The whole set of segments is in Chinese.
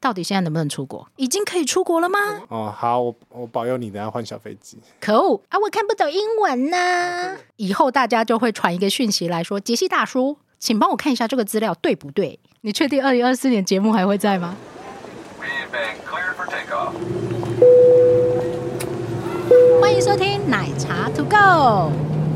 到底现在能不能出国？已经可以出国了吗？ 哦，好，我保佑你，等下换小飞机。 可恶啊！我看不懂英文呢。以后大家就会传一个讯息来说，杰西大叔，请帮我看一下这个资料对不对？你确定2024年节目还会在吗？欢迎收听奶茶 To Go。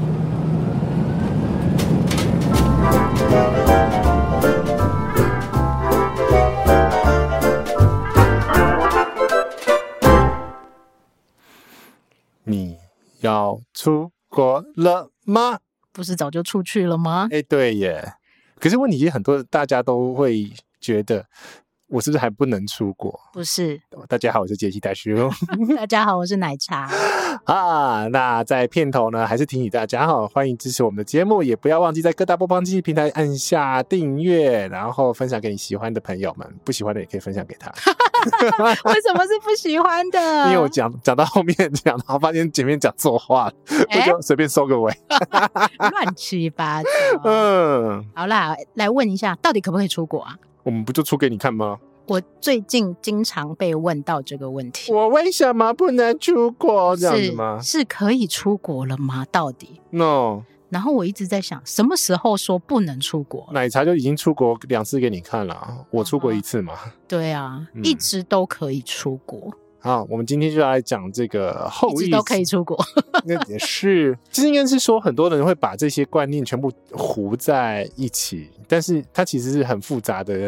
你要出国了吗？ 不是早就出去了吗？ 对耶。可是问题是很多大家都会觉得我是不是还不能出国？ 不是。 大家好，我是杰西大叔。 大家好，我是奶茶。 那在片头呢，还是提醒大家欢迎支持我们的节目，也不要忘记在各大播放器平台按下订阅，然后分享给你喜欢的朋友们，不喜欢的也可以分享给他。 为什么是不喜欢的？ 因为我讲到后面讲，然后发现前面讲错话了，我就随便收个尾。 乱七八糟。好啦，来问一下，到底可不可以出国啊？ 我们不就出给你看吗？ 我最近经常被问到这个问题， 我为什么不能出国？这样子吗？ 是可以出国了吗？到底 ？No。 然后我一直在想，什么时候说不能出国？ 奶茶就已经出国2次给你看了，我出国1次嘛。 对啊，一直都可以出国。 好，我们今天就来讲这个后一直都可以出国。 那也是，其实应该是说很多人会把这些观念全部糊在一起，但是它其实是很复杂的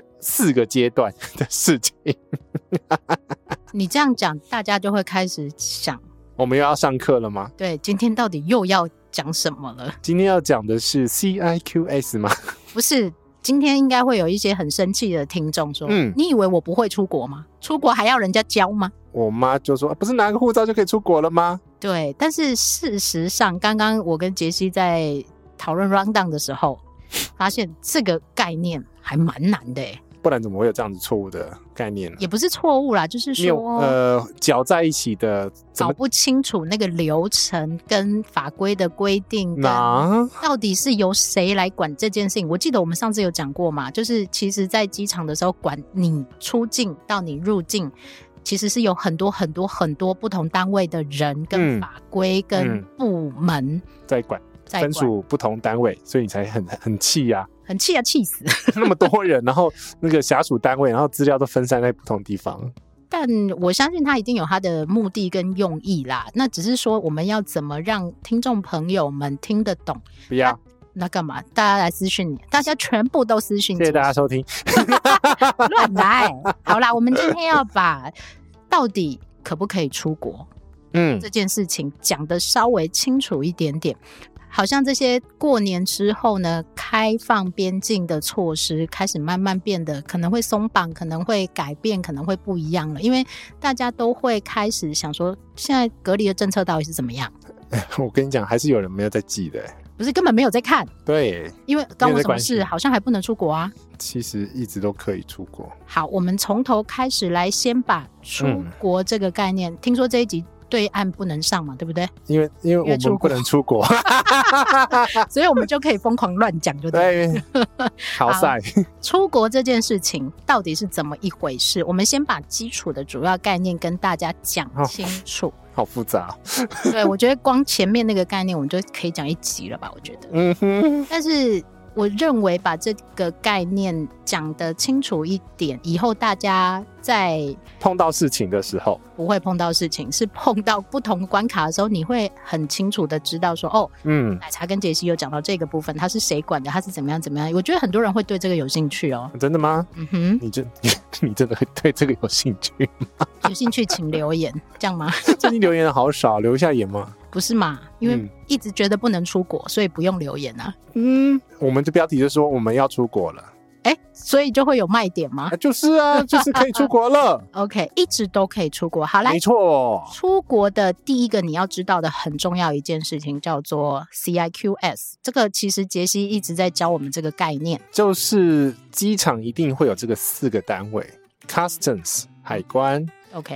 4个阶段的事情。 你这样讲，大家就会开始想， 我们又要上课了吗？ 对，今天到底又要讲什么了？ 今天要讲的是 CIQS 吗？ 不是，今天应该会有一些很生气的听众说，你以为我不会出国吗？出国还要人家教吗？ 我妈就说，不是拿个护照就可以出国了吗？ 对，但是事实上，刚刚我跟杰西在讨论 rundown 的时候，发现这个概念还蛮难的耶。 不然怎么会有这样子错误的概念呢？ 也不是错误啦，就是说搅在一起的， 搞不清楚那个流程跟法规的规定，到底是由谁来管这件事情。我记得我们上次有讲过嘛，就是其实在机场的时候，管你出境到你入境，其实是有很多很多很多不同单位的人跟法规跟部门在管，分属不同单位，所以你才很气啊。 很气啊，气死！ 那么多人，然后那个辖属单位，然后资料都分散在不同地方。 但我相信他一定有他的目的跟用意啦。那只是说我们要怎么让听众朋友们听得懂？ 不要那干嘛？大家来私讯你，大家全部都私讯。 谢谢大家收听。 乱来。好啦，我们今天要把到底可不可以出国，这件事情讲得稍微清楚一点点。好像这些过年之后呢，开放边境的措施开始慢慢变得可能会松绑，可能会改变，可能会不一样了，因为大家都会开始想说，现在隔离的政策到底是怎么样？ 我跟你讲，还是有人没有在记的。 不是，根本没有在看。 对， 因为关我什么事？好像还不能出国啊。 其实一直都可以出国。 好，我们从头开始来，先把出国这个概念，听说这一集对岸不能上嘛，对不对？ 因为我们不能出国。 所以我们就可以疯狂乱讲，就对。 好赛。 出国这件事情到底是怎么一回事？我们先把基础的主要概念跟大家讲清楚。 好复杂。 对，我觉得光前面那个概念我们就可以讲1集了吧，我觉得。但是我认为把这个概念讲得清楚一点，以后大家在碰到事情的时候， 不会碰到事情，是碰到不同关卡的时候，你会很清楚的知道说，奶茶跟杰西有讲到这个部分，他是谁管的，他是怎么样怎么样。我觉得很多人会对这个有兴趣哦。 真的吗？你真的会对这个有兴趣吗？ 有兴趣请留言，这样吗？ 最近留言好少，留一下言吗？ 不是嘛？因为一直觉得不能出国，所以不用留言啊。 我们的标题就说我们要出国了。 所以就会有卖点吗？ 就是啊，就是可以出国了。 OK， 一直都可以出国。好，来， 没错。 出国的第一个你要知道的很重要一件事情叫做 CIQS。这个其实杰西一直在教我们这个概念， 就是机场一定会有这个4个单位 ：Customs 海关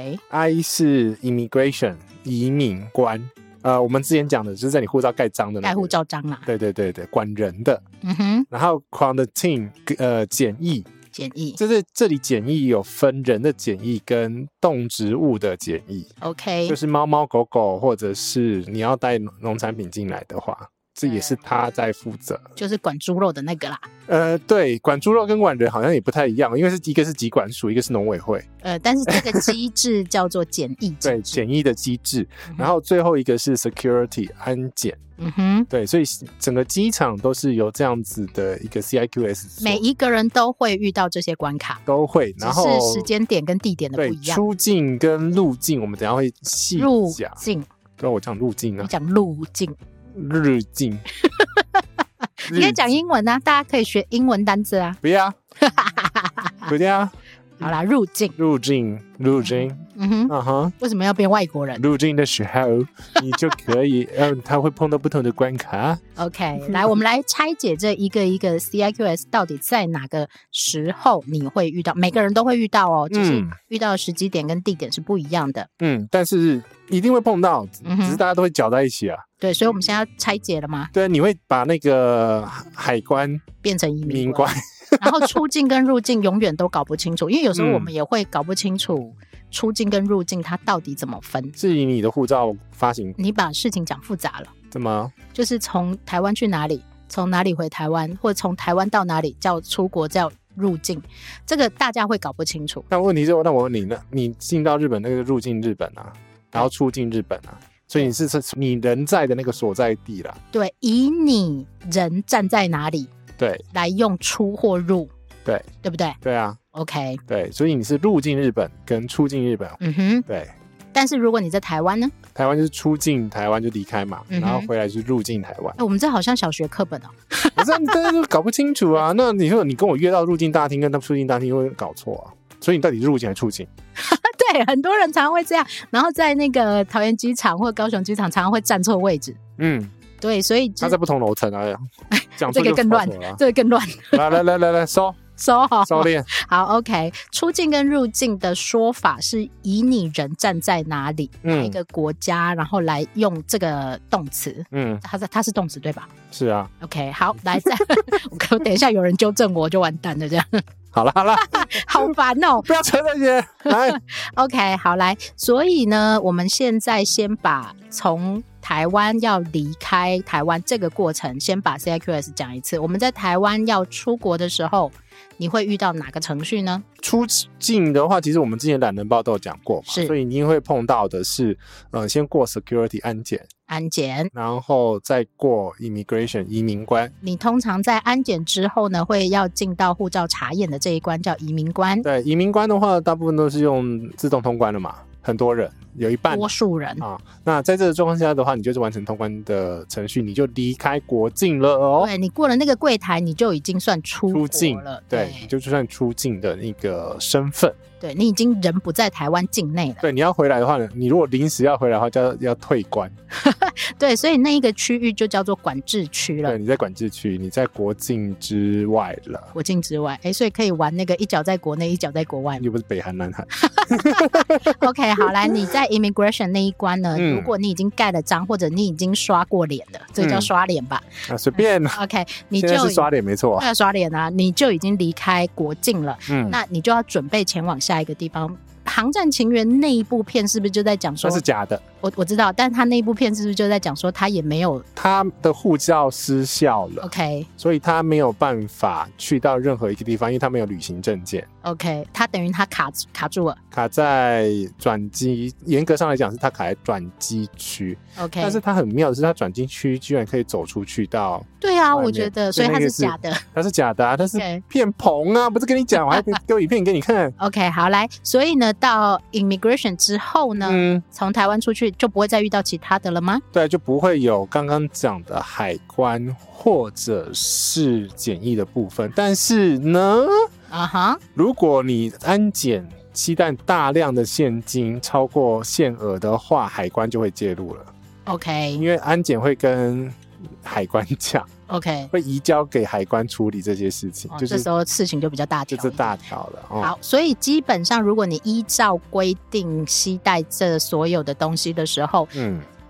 ，I 是 Immigration 移民官。我们之前讲的就是在你护照盖章的那个， 盖护照章啦。 对，管人的。然后 Quarantine 检疫检疫就是这里检疫有分人的检疫跟动植物的检疫 OK， 就是猫猫狗狗或者是你要带农产品进来的话，这也是他在负责， 就是管猪肉的那个啦。 对，管猪肉跟管人好像也不太一样，因为一个是疾管署，一个是农委会。 但是这个机制叫做检疫机制对，检疫的机制。然后最后一个是 security 安检。对，所以整个机场都是有这样子的一个 CIQS， 每一个人都会遇到这些关卡， 都会，然后只是时间点跟地点的不一样。 对，出境跟入境我们等一下会细讲。 入境， 对，我讲入境啊， 你讲入境。 日境你可以讲英文啊，大家可以学英文单字啊。 不要不要好啦，入境为什么要变外国人？ 入境的时候你就可以他会碰到不同的关卡。 OK， 来我们来拆解这一个一个 CIQS 到底在哪个时候你会遇到，每个人都会遇到哦，就是遇到的时机点跟地点是不一样的。 但是一定会碰到，只是大家都会搅在一起啊。 对，所以我们现在要拆解了吗？ 对，你会把那个海关变成移民关然后出境跟入境永远都搞不清楚，因为有时候我们也会搞不清楚出境跟入境它到底怎么分。 是以你的护照发行， 你把事情讲复杂了。 怎么？ 就是从台湾去哪里，从哪里回台湾，或者从台湾到哪里叫出国叫入境，这个大家会搞不清楚。 那问题是，那我问你，你进到日本那个入境日本啊，然后出境日本啊，所以你是你人在的那个所在地啦。 对，以你人站在哪里，对，来用出或入，对，对不对？ 对啊 ，OK， 对，所以你是入境日本跟出境日本，对。 但是如果你在台湾呢？ 台湾就是出境台湾就离开嘛，然后回来就是入境台湾。 我们这好像小学课本哦。 不是，大家都搞不清楚啊。那你说你跟我约到入境大厅跟出境大厅会搞错啊？所以你到底是入境还是出境？ 对，很多人常常会这样，然后在那个桃园机场或者高雄机场常常会站错位置。对，所以他在不同楼层啊，讲这个更乱，这个更乱。 来，收好，收敛。 好 ，OK。出境跟入境的说法是以你人站在哪里，哪一个国家，然后来用这个动词。它是动词对吧？ 是啊。 OK， 好，来再，我等一下有人纠正我就完蛋了，这样。 好了， 好烦哦！ 不要扯那些。来 ，OK， 好来，所以呢，我们现在先把从台湾要离开台湾这个过程，先把 CIQS 讲一次。我们在台湾要出国的时候，你会遇到哪个程序呢？ 出境的话，其实我们之前懒人包都有讲过嘛，所以你一定会碰到的是，先过 security 安检，然后再过 immigration 移民关。 你通常在安检之后呢，会要进到护照查验的这一关，叫移民关。 对，移民关的话，大部分都是用自动通关的嘛，很多人。有一半多数人啊，那在这个状况下的话，你就是完成通关的程序，你就离开国境了哦。 对，你过了那个柜台，你就已经算出境了。 对，你就算出境的那个身份。 对，你已经人不在台湾境内了。 对，你要回来的话，你如果临时要回来的话，就要退关。 对，所以那一个区域就叫做管制区了。 对，你在管制区，你在国境之外了。 国境之外，所以可以玩那个一脚在国内，一脚在国外。 又不是北韩、南韩。 OK， 好，来，你在 immigration 那一关呢？如果你已经盖了章，或者你已经刷过脸了，这个叫刷脸吧？ 随便。 OK， 你就现在是刷脸没错。 对，刷脸啊，你就已经离开国境了。那你就要准备前往下一个地方。航站情缘那一部片是不是就在讲说？ 那是假的。 我知道，但他那一部片是不是就在讲说他也没有他的护照失效了 ？OK， 所以他没有办法去到任何一个地方，因为他没有旅行证件。 OK， 他等于他卡住了， 卡在转机。严格上来讲，是他卡在转机区。 OK， 但是他很妙的是，他转机区居然可以走出去到。 对啊，我觉得，所以他是假的。 他是假的啊，他是骗棚啊！不是跟你讲，我还丢影片给你看。 OK， 好，来，所以呢，到 immigration 之后呢，从台湾出去就不会再遇到其他的了吗？ 对，就不会有刚刚讲的海关或者是检疫的部分。但是呢，如果你安检携带大量的现金超过限额的话，海关就会介入了。 OK， 因为安检会跟海关讲 ，OK， 会移交给海关处理这些事情，就是这时候事情就比较大条， 就是大条了。 好，所以基本上，如果你依照规定携带这所有的东西的时候，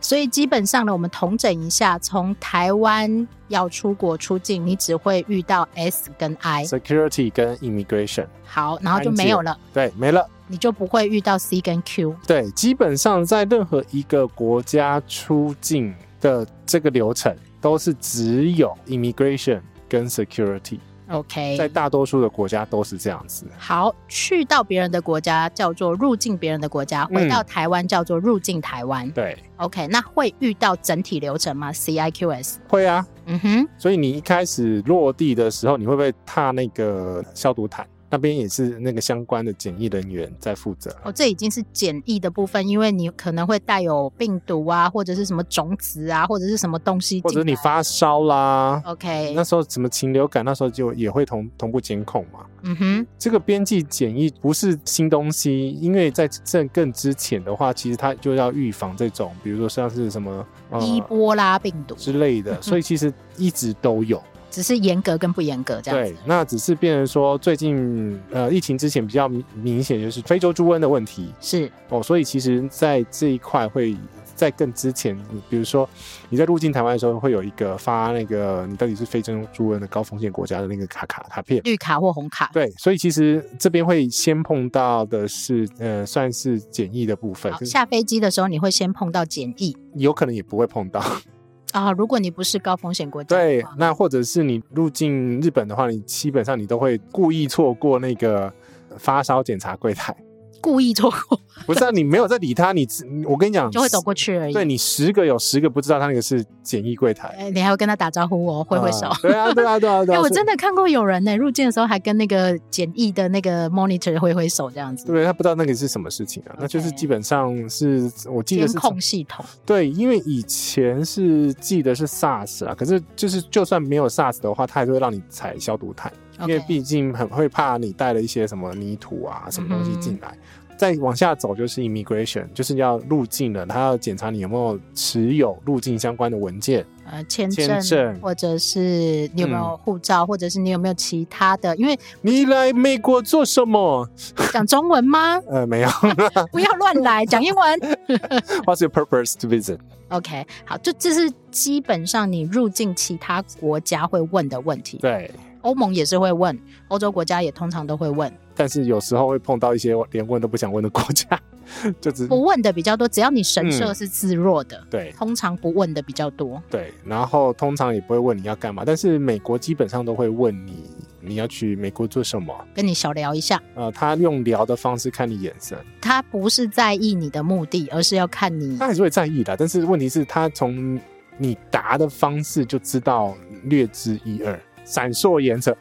所以基本上呢，我们统整一下，从台湾要出国出境，你只会遇到 S 跟 I Security 跟 Immigration。 好，然后就没有了。 对，没了， 你就不会遇到 C 跟 Q。 对，基本上在任何一个国家出境的这个流程都是只有 Immigration 跟 Security。 OK， 在大多数的国家都是这样子。 好，去到别人的国家叫做入境别人的国家，回到台湾叫做入境台湾。 对 OK， 那会遇到整体流程吗？ CIQS 会啊。所以你一开始落地的时候，你会不会踏那个消毒毯？那边也是那个相关的检疫人员在负责。 这已经是检疫的部分，因为你可能会带有病毒啊，或者是什么种子啊，或者是什么东西， 或者你发烧啦。 OK， 那时候什么禽流感，那时候就也会同步监控嘛。这个边际检疫不是新东西，因为在这更之前的话，其实它就要预防这种，比如说像是什么伊波拉病毒之类的，所以其实一直都有。 只是严格跟不严格这样子。 对，那只是变成说最近疫情之前比较明显就是非洲猪瘟的问题是所以其实在这一块会在更之前，比如说你在入境台湾的时候会有一个发那个你到底是非洲猪瘟的高风险国家的那个卡片， 绿卡或红卡。 对，所以其实这边会先碰到的是算是检疫的部分。 下飞机的时候你会先碰到检疫， 有可能也不会碰到如果你不是高风险国家， 对，那或者是你入境日本的话，你基本上你都会故意错过那个发烧检查柜台。 故意错过？ 不是你没有在理他，我跟你讲， 就会走过去而已。 对，你10个有10个不知道他那个是检疫柜台， 你还会跟他打招呼挥手。 对啊。 我真的看过有人入境的时候还跟那个检疫的那个 monitor 挥手这样子。 对，他不知道那个是什么事情啊。那就是基本上是我记得是监控系统。 对，因为以前是记得是 SARS 啊，可是就算没有 SARS 的话，他还是会让你踩消毒毯。因为毕竟很会怕你带了一些什么泥土啊什么东西进来。再往下走就是 immigration， 就是要入境了，他要检查你有没有持有入境相关的文件， 签证，或者是你有没有护照，或者是你有没有其他的。因为你来美国做什么？ 讲中文吗？ 没有不要乱来，讲英文。 What's your purpose to visit？ OK， 好，这是基本上你入境其他国家会问的问题。 对， 欧盟也是会问，欧洲国家也通常都会问， 但是有时候会碰到一些连问都不想问的国家，就不问的比较多。只要你神社是自若的， 对， 通常不问的比较多。 对，然后通常也不会问你要干嘛，但是美国基本上都会问你要去美国做什么， 跟你小聊一下。 他用聊的方式看你眼神， 他不是在意你的目的，而是要看你。 他还是会在意的，但是问题是他从你答的方式就知道略知一二。闪烁眼神，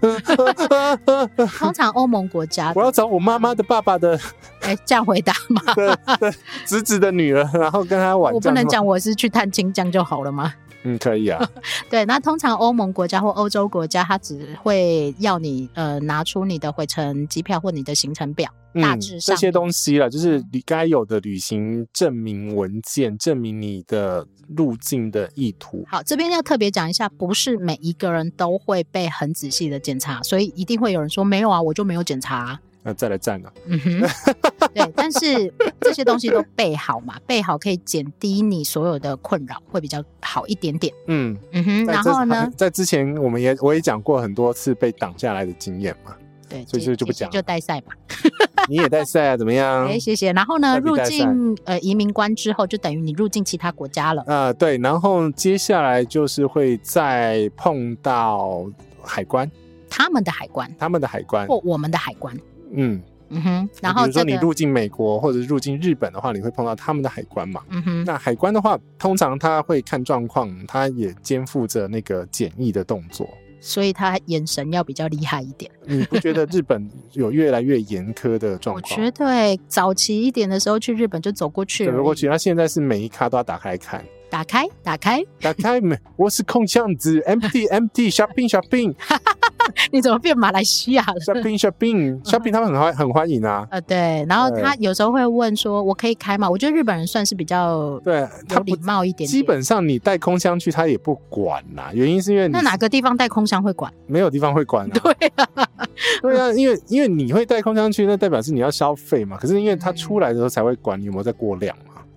通常欧盟国家， 我要找我妈妈的爸爸的， 这样回答吗？ 对，侄子的女儿，然后跟他玩。 我不能讲我是去探亲，这样就好了吗？ 可以啊。 对，那通常欧盟国家或欧洲国家，他只会要你拿出你的回程机票或你的行程表，大致上这些东西啦，就是你该有的旅行证明文件，证明你的入境的意图。 好，这边要特别讲一下，不是每一个人都会被很仔细的检查，所以一定会有人说没有啊，我就没有检查再来站啊。 对，但是这些东西都备好嘛，备好可以减低你所有的困扰，会比较好一点点。然后呢， 在之前我也讲过很多次被挡下来的经验嘛。 对， 所以这就不讲了， 就带赛吧。 你也带赛啊？怎么样？ 谢谢。然后呢，入境移民关之后，就等于你入境其他国家了。 对，然后接下来就是会再碰到海关， 他们的海关，或我们的海关。然后比如说你入境美国或者入境日本的话，你会碰到他们的海关嘛。那海关的话，通常他会看状况，他也肩负着那个检疫的动作。 所以他眼神要比较厉害一点。 你不觉得日本有越来越严苛的状况？ 我觉得早期一点的时候去日本就走过去了， 他现在是每一卡都要打开看。 打开， 我是空箱子，empty shopping 你怎么变马来西亚了 ？shopping 他们很欢迎啊。 对，然后他有时候会问说我可以开吗？我觉得日本人算是比较有礼貌一点点。 基本上你带空箱去他也不管啦，原因是因为那哪个地方带空箱会管？ 没有地方会管啊。对啊，因为你会带空箱去，那代表是你要消费嘛。可是因为他出来的时候才会管你有没有在过量嘛。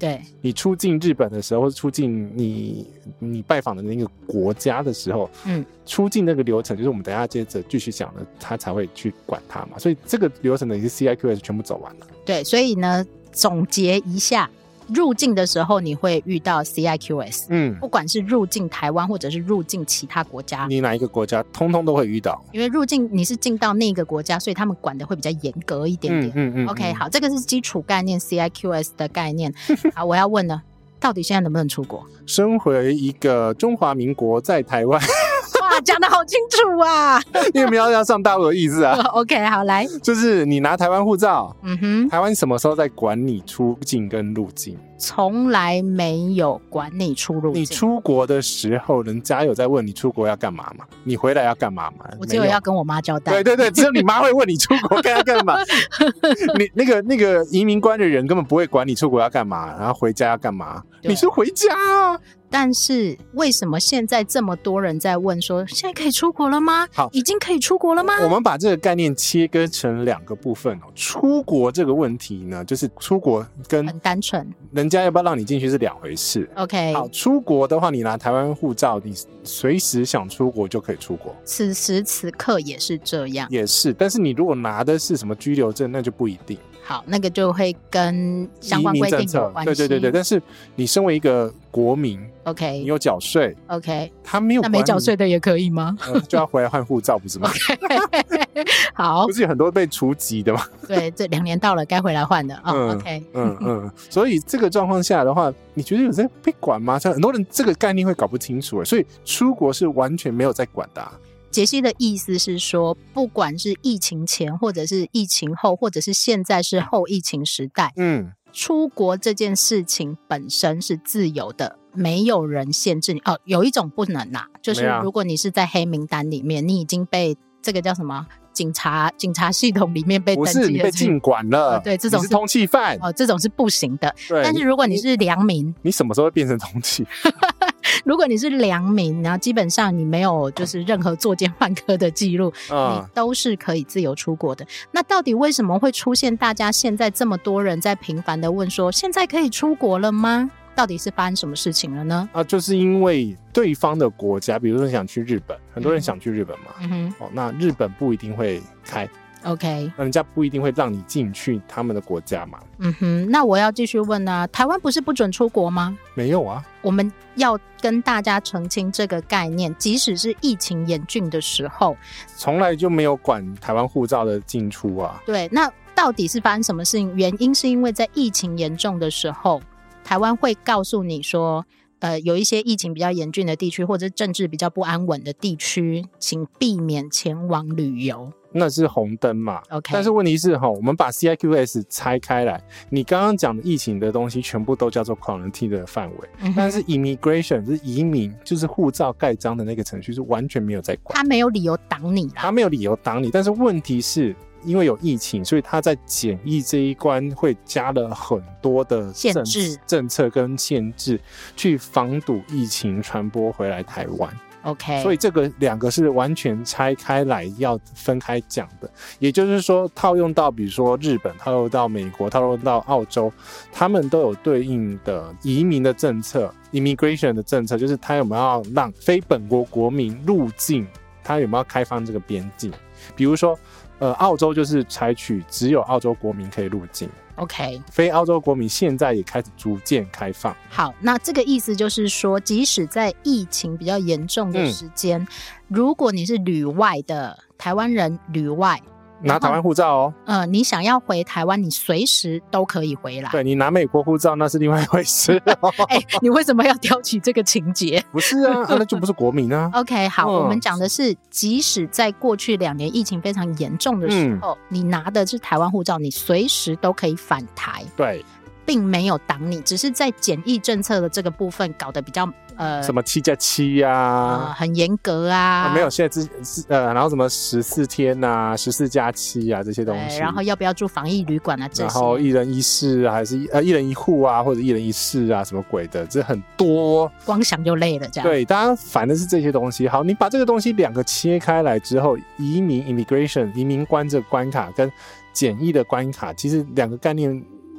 对， 你出境日本的时候，或者出境你拜访的那个国家的时候，出境那个流程就是我们等一下接着继续讲的，他才会去管它嘛。所以这个流程等于是 CIQS 全部走完了。 对，所以呢，总结一下。入境的时候你会遇到 CIQS， 不管是入境台湾或者是入境其他国家， 你哪一个国家通通都会遇到， 因为入境你是进到那个国家，所以他们管的会比较严格一点点。OK， 好，这个是基础概念 CIQS 的概念。好，我要问了，到底现在能不能出国？ 身为一个中华民国在台湾哇，讲得好清楚啊！ 因为没有要上大陆的意思啊。 OK， 好，来， 就是你拿台湾护照，台湾什么时候在管你出境跟入境？ 从来没有管你出入境。 你出国的时候，人家有在问你出国要干嘛吗？你回来要干嘛吗？ 我只有要跟我妈交代。 对对对，只有你妈会问你出国要干嘛。你那个移民官的人根本不会管你出国要干嘛，然后回家要干嘛。你是回家啊。 但是为什么现在这么多人在问说，现在可以出国了吗？好，已经可以出国了吗？ 我们把这个概念切割成2个部分。出国这个问题呢，就是出国跟很单纯， 人家要不要让你进去是2回事。 OK， 好，出国的话，你拿台湾护照，你随时想出国就可以出国。 此时此刻也是这样， 也是。但是你如果拿的是什么居留证，那就不一定。 好，那个就会跟相关规定有关系。 对对对对，但是你身为一个国民 ，OK， 你有缴税 ，OK， 他没有管你， 那没缴税的也可以吗？ 就要回来换护照，不是吗？ Okay 好， 不是有很多被除籍的吗？ 对，这2年到了，该回来换的。OK， 所以这个状况下的话，你觉得有在被管吗？很多人这个概念会搞不清楚，所以出国是完全没有在管的啊。 杰西的意思是说，不管是疫情前或者是疫情后，或者是现在是后疫情时代，出国这件事情本身是自由的，没有人限制你。有一种不能啊，就是如果你是在黑名单里面，你已经被这个叫什么警察系统里面被登记了， 不是你被禁管了， 对，这种你是通缉犯， 这种是不行的。但是如果你是良民， 你什么时候会变成通缉？ 如果你是良民，然后基本上你没有就是任何作奸犯科的记录，你都是可以自由出国的。那到底为什么会出现大家现在这么多人在频繁的问说，现在可以出国了吗？到底是发生什么事情了呢？ 就是因为对方的国家，比如说想去日本，很多人想去日本嘛，那日本不一定会开。 OK， 那人家不一定会让你进去他们的国家嘛。 那我要继续问啊，台湾不是不准出国吗？ 没有啊， 我们要跟大家澄清这个概念，即使是疫情严峻的时候， 从来就没有管台湾护照的进出啊。 对，那到底是发生什么事情？原因是因为在疫情严重的时候，台湾会告诉你说有一些疫情比较严峻的地区，或者政治比较不安稳的地区，请避免前往旅游。 那是红灯嘛。 OK， 但是问题是我们把 CIQS 拆开来，你刚刚讲的疫情的东西全部都叫做 quarantine 的范围，但是 immigration 是移民，就是护照盖章的那个程序是完全没有在管， 他没有理由挡你啦， 他没有理由挡你。但是问题是因为有疫情，所以他在检疫这一关会加了很多的限制政策跟限制，去防堵疫情传播回来台湾。 OK， 所以这个2个是完全拆开来要分开讲的。也就是说，套用到比如说日本，套用到美国，套用到澳洲，他们都有对应的移民的政策 immigration 的政策，就是他有没有要让非本国国民入境，他有没有开放这个边境。比如说澳洲就是采取只有澳洲国民可以入境， OK， 非澳洲国民现在也开始逐渐开放。 好，那这个意思就是说，即使在疫情比较严重的时间，如果你是旅外的台湾人，旅外拿台湾护照你想要回台湾，你随时都可以回来。 对，你拿美国护照那是另外一回事。 你为什么要挑起这个情节？ 不是啊，那就不是国民啊。 OK， 好，我们讲的是，即使在过去2年疫情非常严重的时候，你拿的是台湾护照，你随时都可以返台。 对， 并没有挡你，只是在检疫政策的这个部分搞得比较什么7+7啊， 很严格啊， 没有现在然后什么14天啊，14+7啊这些东西， 然后要不要住防疫旅馆啊这些， 然后1人1室啊，还是1人1户啊，或者1人1室啊，什么鬼的，这很多， 光想就累了这样。 对，大家反正是这些东西。好，你把这个东西2个切开来之后，移民 immigration 移民关这个关卡跟检疫的关卡，其实2个概念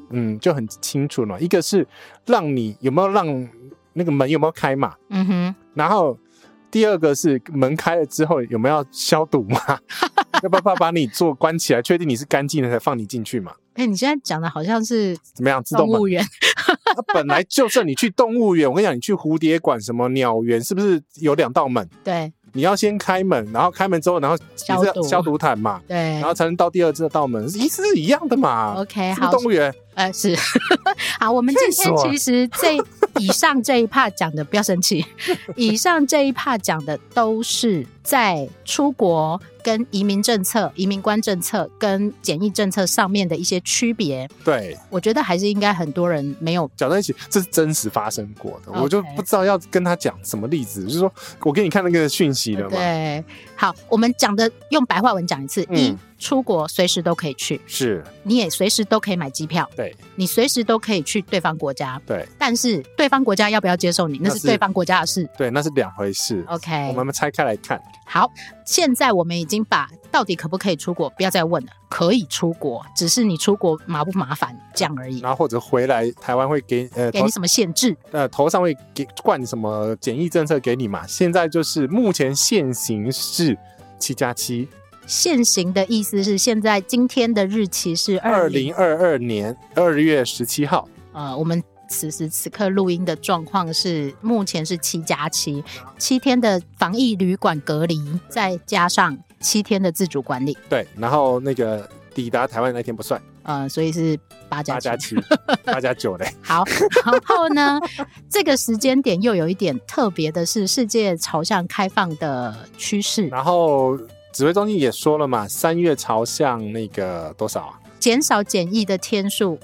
就很清楚了。一个是让你有没有让那个门有没有开嘛，然后第二个是门开了之后有没有要消毒嘛，要不要把你座关起来，确定你是干净的才放你进去嘛。 你现在讲的好像是怎么样？动物园本来就算你去动物园，我跟你讲，你去蝴蝶馆、什么鸟园，是不是有2道门？ 对， 你要先开门，然后开门之后，然后消毒毯嘛， 对， 然后才能到第2道门，意思是一样的嘛。 OK， 好，动物园， 是好。我们今天其实以上这一 part 讲的，不要生气，以上这一 part 讲的都是在出国跟移民政策、移民官政策跟检疫政策上面的一些区别。 对， 我觉得还是应该很多人没有讲在一起，这是真实发生过的。我就不知道要跟他讲什么例子，就是说我给你看那个讯息了嘛。 对，好，我们讲的用白话文讲一次。出国随时都可以去，是，你也随时都可以买机票，对，你随时都可以去对方国家，对，但是对方国家要不要接受你，那是对方国家的事， 对，那是2回事。OK， 我们拆开来看。 好，现在我们已经把到底可不可以出国不要再问了，可以出国，只是你出国麻不麻烦这样而已。 然后或者回来台湾会给你什么限制？ 头上会灌什么检疫政策给你嘛？现在就是目前现行是7+7。 现行的意思是现在今天的日期是 2022年2月17号。 我们此时此刻录音的状况是目前是7+7，7天的防疫旅馆隔离，再加上7天的自主管理。 对，然后那个抵达台湾那天不算。 所以是8+7 8+9嘞。 好，然后呢，这个时间点又有一点特别的是，世界朝向开放的趋势。 然后指挥中心也说了嘛，3月朝向那个多少啊？ 减少检疫的天数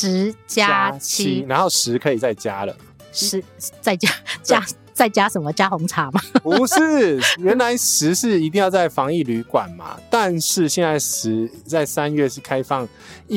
10+7， 然后10可以再加了 ，10再加什么？加红茶吗？ 不是，原来10是一定要在防疫旅馆嘛，但是现在10在3月是开放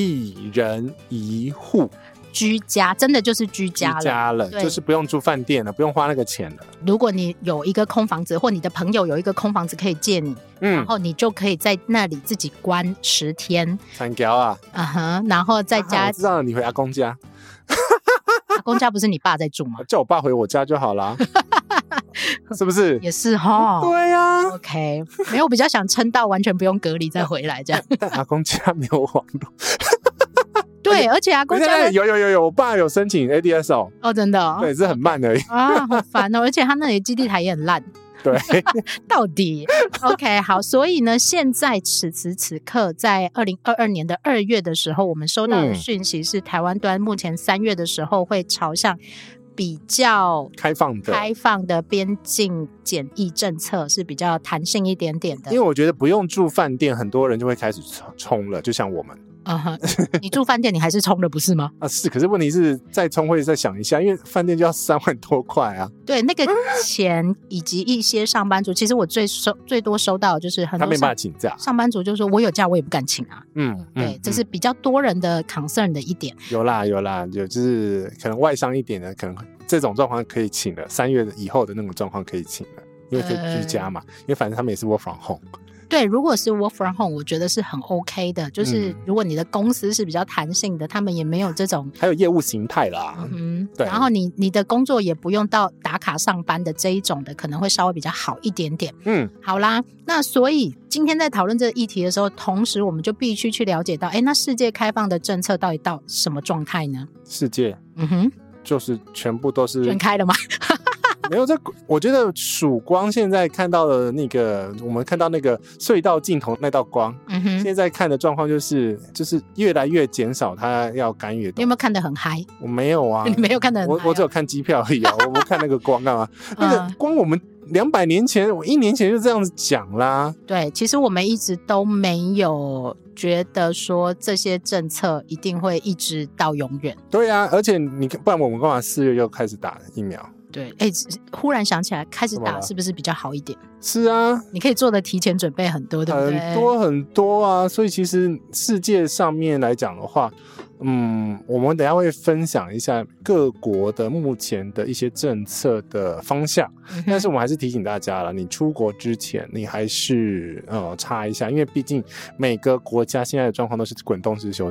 1人1户。 居家，真的就是居家了， 就是不用住饭店了，不用花那个钱了。 如果你有一个空房子，或你的朋友有一个空房子可以借你，然后你就可以在那里自己关10天。 惨条啊！ 然后再加， 我知道了，你回阿公家。 阿公家不是你爸在住吗？ 叫我爸回我家就好了。是不是？ 也是齁。 对啊。 OK， 没有，比较想撑到完全不用隔离再回来这样。 但阿公家没有网络。 对，而且阿公家有，我爸有申请 ADSL。 真的。 对，是很慢而已。 好烦哦！而且他那里基地台也很烂。 对。 到底 OK 好，所以呢，现在此时此刻在2022年的2月的时候，我们收到的讯息是台湾端目前3月的时候会朝向比较开放的边境检疫政策，是比较弹性一点点的。 因为我觉得不用住饭店，很多人就会开始冲了，就像我们。 你住饭店你还是冲的不是吗？ 是，可是问题是再冲会再想一下，因为饭店就要3万多块啊。 对，那个钱以及一些上班族，其实我最多收到的就是很多他没办法请假， 上班族就说我有假我也不敢请啊。对，这是比较多人的 concern 的一点。 有啦，就是可能外商一点的，可能这种状况可以请了，3月以后的那种状况可以请了，因为可以居家嘛，因为反正他们也是 work from home。 对，如果是 work from home， 我觉得是很 OK 的。就是如果你的公司是比较弹性的，他们也没有这种， 还有业务形态啦。 对。然后你的工作也不用到打卡上班的这一种的，可能会稍微比较好一点点。好啦，那所以今天在讨论这个议题的时候，同时我们就必须去了解到，那世界开放的政策到底到什么状态呢？ 世界，就是全部都是全开了吗？ 没有，我觉得曙光现在看到的那个，我们看到那个隧道尽头那道光，现在看的状况就是越来越减少它要干预的。 你有没有看得很嗨？ 我没有啊。 你没有看得很嗨？ 我只有看机票而已啊。我不看那个光干嘛？那个光我们200年前，我1年前就这样子讲啦。 对，其实我们一直都没有觉得说这些政策一定会一直到永远。 对啊，而且不然我们干嘛4月又开始打疫苗？ 对，忽然想起来，开始打是不是比较好一点？ 是啊， 你可以做的提前准备很多，对不对？ 很多啊，所以其实世界上面来讲的话，我们等一下会分享一下各国的目前的一些政策的方向，但是我们还是提醒大家了，你出国之前，你还是查一下，因为毕竟每个国家现在的状况都是滚动式修正。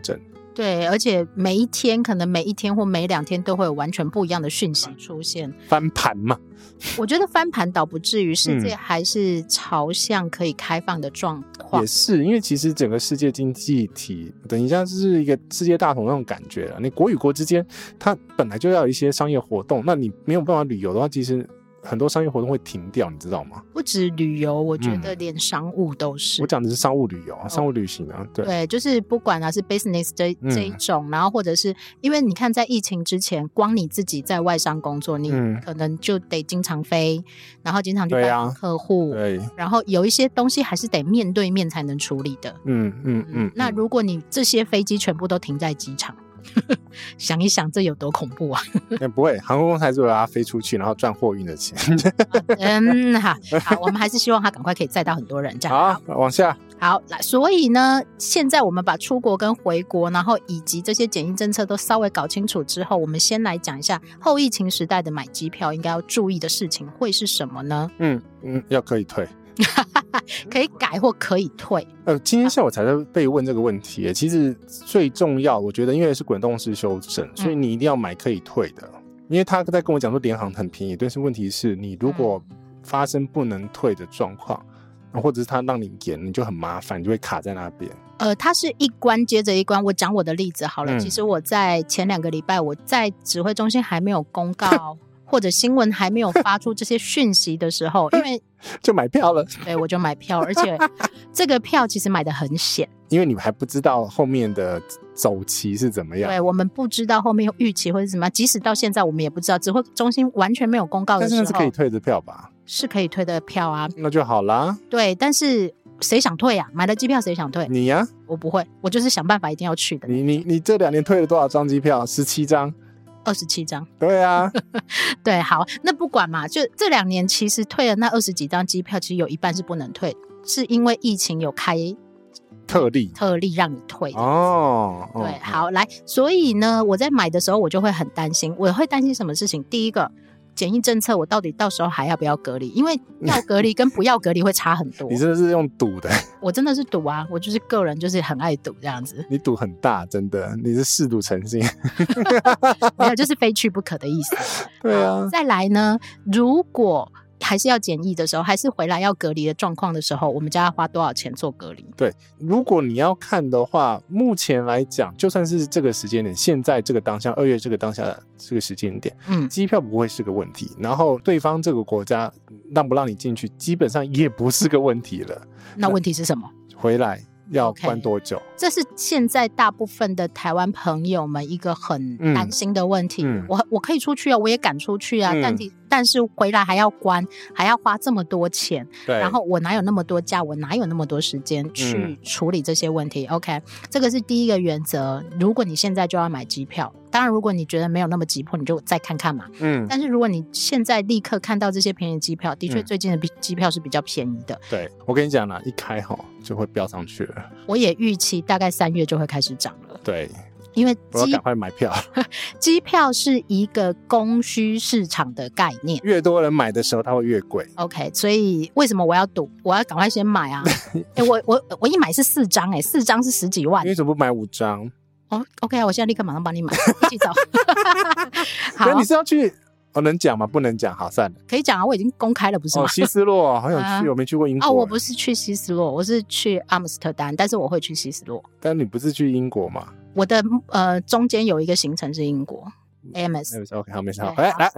对，而且每一天可能每一天或每2天都会有完全不一样的讯息出现， 翻盘嘛。 我觉得翻盘倒不至于，世界还是朝向可以开放的状况。 也是，因为其实整个世界经济体等一下是一个世界大同那种感觉了。你国与国之间，它本来就要有一些商业活动，那你没有办法旅游的话，其实很多商业活动会停掉，你知道吗？ 不止旅游，我觉得连商务都是。 我讲的是商务旅游，商务旅行啊， 对，就是不管是 business 这一种，然后或者是因为你看在疫情之前，光你自己在外商工作，你可能就得经常飞，然后经常去拜访客户， 对， 然后有一些东西还是得面对面才能处理的。那如果你这些飞机全部都停在机场，想一想这有多恐怖啊。 不会，航空公司还是会让它飞出去，然后赚货运的钱。 好，我们还是希望它赶快可以载到很多人这样。 好，往下。 好，所以呢，现在我们把出国跟回国，然后以及这些检疫政策都稍微搞清楚之后，我们先来讲一下后疫情时代的买机票应该要注意的事情会是什么呢？ 要可以退。 可以改或可以退。 今天下午才在被问这个问题。其实最重要，我觉得因为是滚动式修正，所以你一定要买可以退的。因为他在跟我讲说联航很便宜，但是问题是你如果发生不能退的状况，或者是他让你延，你就很麻烦，你就会卡在那边。 它是一关接着一关。我讲我的例子好了。其实我在前2个礼拜，我在指挥中心还没有公告或者新闻还没有发出这些讯息的时候，因为就买票了。 对，我就买票，而且这个票其实买得很险， 因为你们还不知道后面的走期是怎么样。 对，我们不知道后面预期会是什么，即使到现在我们也不知道，指挥中心完全没有公告的时候。 但是那是可以退的票吧？ 是可以退的票啊。 那就好啦。 对，但是谁想退啊？买了机票谁想退？ 你呀。 我不会，我就是想办法一定要去的。 你这2年退了多少张机票？17张。 27张。 对啊。 对，好，那不管嘛，就这2年其实退了那20几张机票，其实有一半是不能退，是因为疫情有开特例让你退。对，好，来，所以呢，我在买的时候我就会很担心，我会担心什么事情？第一个，检疫政策我到底到时候还要不要隔离？因为要隔离跟不要隔离会差很多。 你真的是用赌的。 我真的是赌啊，我就是个人就是很爱赌这样子。 你赌很大，真的，你是嗜赌成性。 没有，就是非去不可的意思。 对啊。 再来呢，如果还是要检疫的时候，还是回来要隔离的状况的时候，我们家要花多少钱做隔离？ 对，如果你要看的话，目前来讲，就算是这个时间点，现在这个当下2月这个当下这个时间点，机票不会是个问题，然后对方这个国家让不让你进去，基本上也不是个问题了。 那问题是什么？ 回来要关多久？ 这是现在大部分的台湾朋友们一个很担心的问题。我可以出去啊，我也敢出去啊，但是回来还要关，还要花这么多钱，然后我哪有那么多假，我哪有那么多时间去处理这些问题。OK， 这个是第一个原则。如果你现在就要买机票，当然如果你觉得没有那么急迫，你就再看看嘛。但是如果你现在立刻看到这些便宜机票，的确最近的机票是比较便宜的。 对，我跟你讲啦，一开就会飙上去了。 我也预期大概3月就会开始涨了。 对， 因为我要赶快买票。 机票是一个供需市场的概念， 越多人买的时候它会越贵。 OK， 所以为什么我要赌？我要赶快先买啊！我一买是4张，4张是10几万。 你为什么不买5张 ？OK， 我现在立刻马上帮你买，一起走。 好，你是要去？能讲吗？不能讲，好，算了。 可以讲啊，我已经公开了，不是吗？ 希斯洛好想去，我没去过英国。 我不是去希斯洛，我是去阿姆斯特丹，但是我会去希斯洛。 但你不是去英国吗？ 我的中间有一个行程是英国 AMS。OK， 好，没事。好，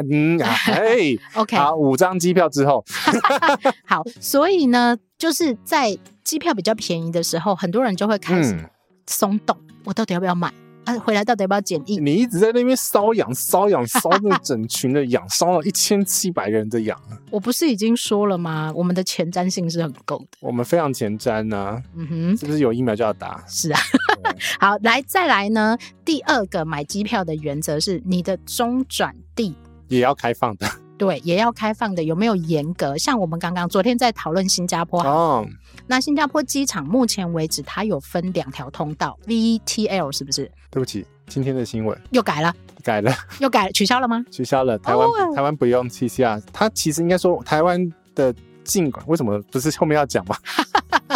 OK， 好，5张机票之后， 好，所以呢，就是在机票比较便宜的时候，很多人就会开始松动，我到底要不要买？回来到底要不要检疫？ 你一直在那边瘙痒，那整群的痒，烧了1700人的痒。 我不是已经说了吗？我们的前瞻性是很够的， 我们非常前瞻啊。是不是有疫苗就要打？ 是啊。好，再来呢，第2个买机票的原则是你的中转地也要开放的。 对，也要开放的，有没有严格？像我们昨天在讨论新加坡，那新加坡机场目前为止它有分2条通道 VTL 是不是？ 对不起，今天的新闻又改了，又改了，取消了吗？ 取消了，台湾不用 TCR， 它其实应该说台湾的尽管为什么不是后面要讲吗？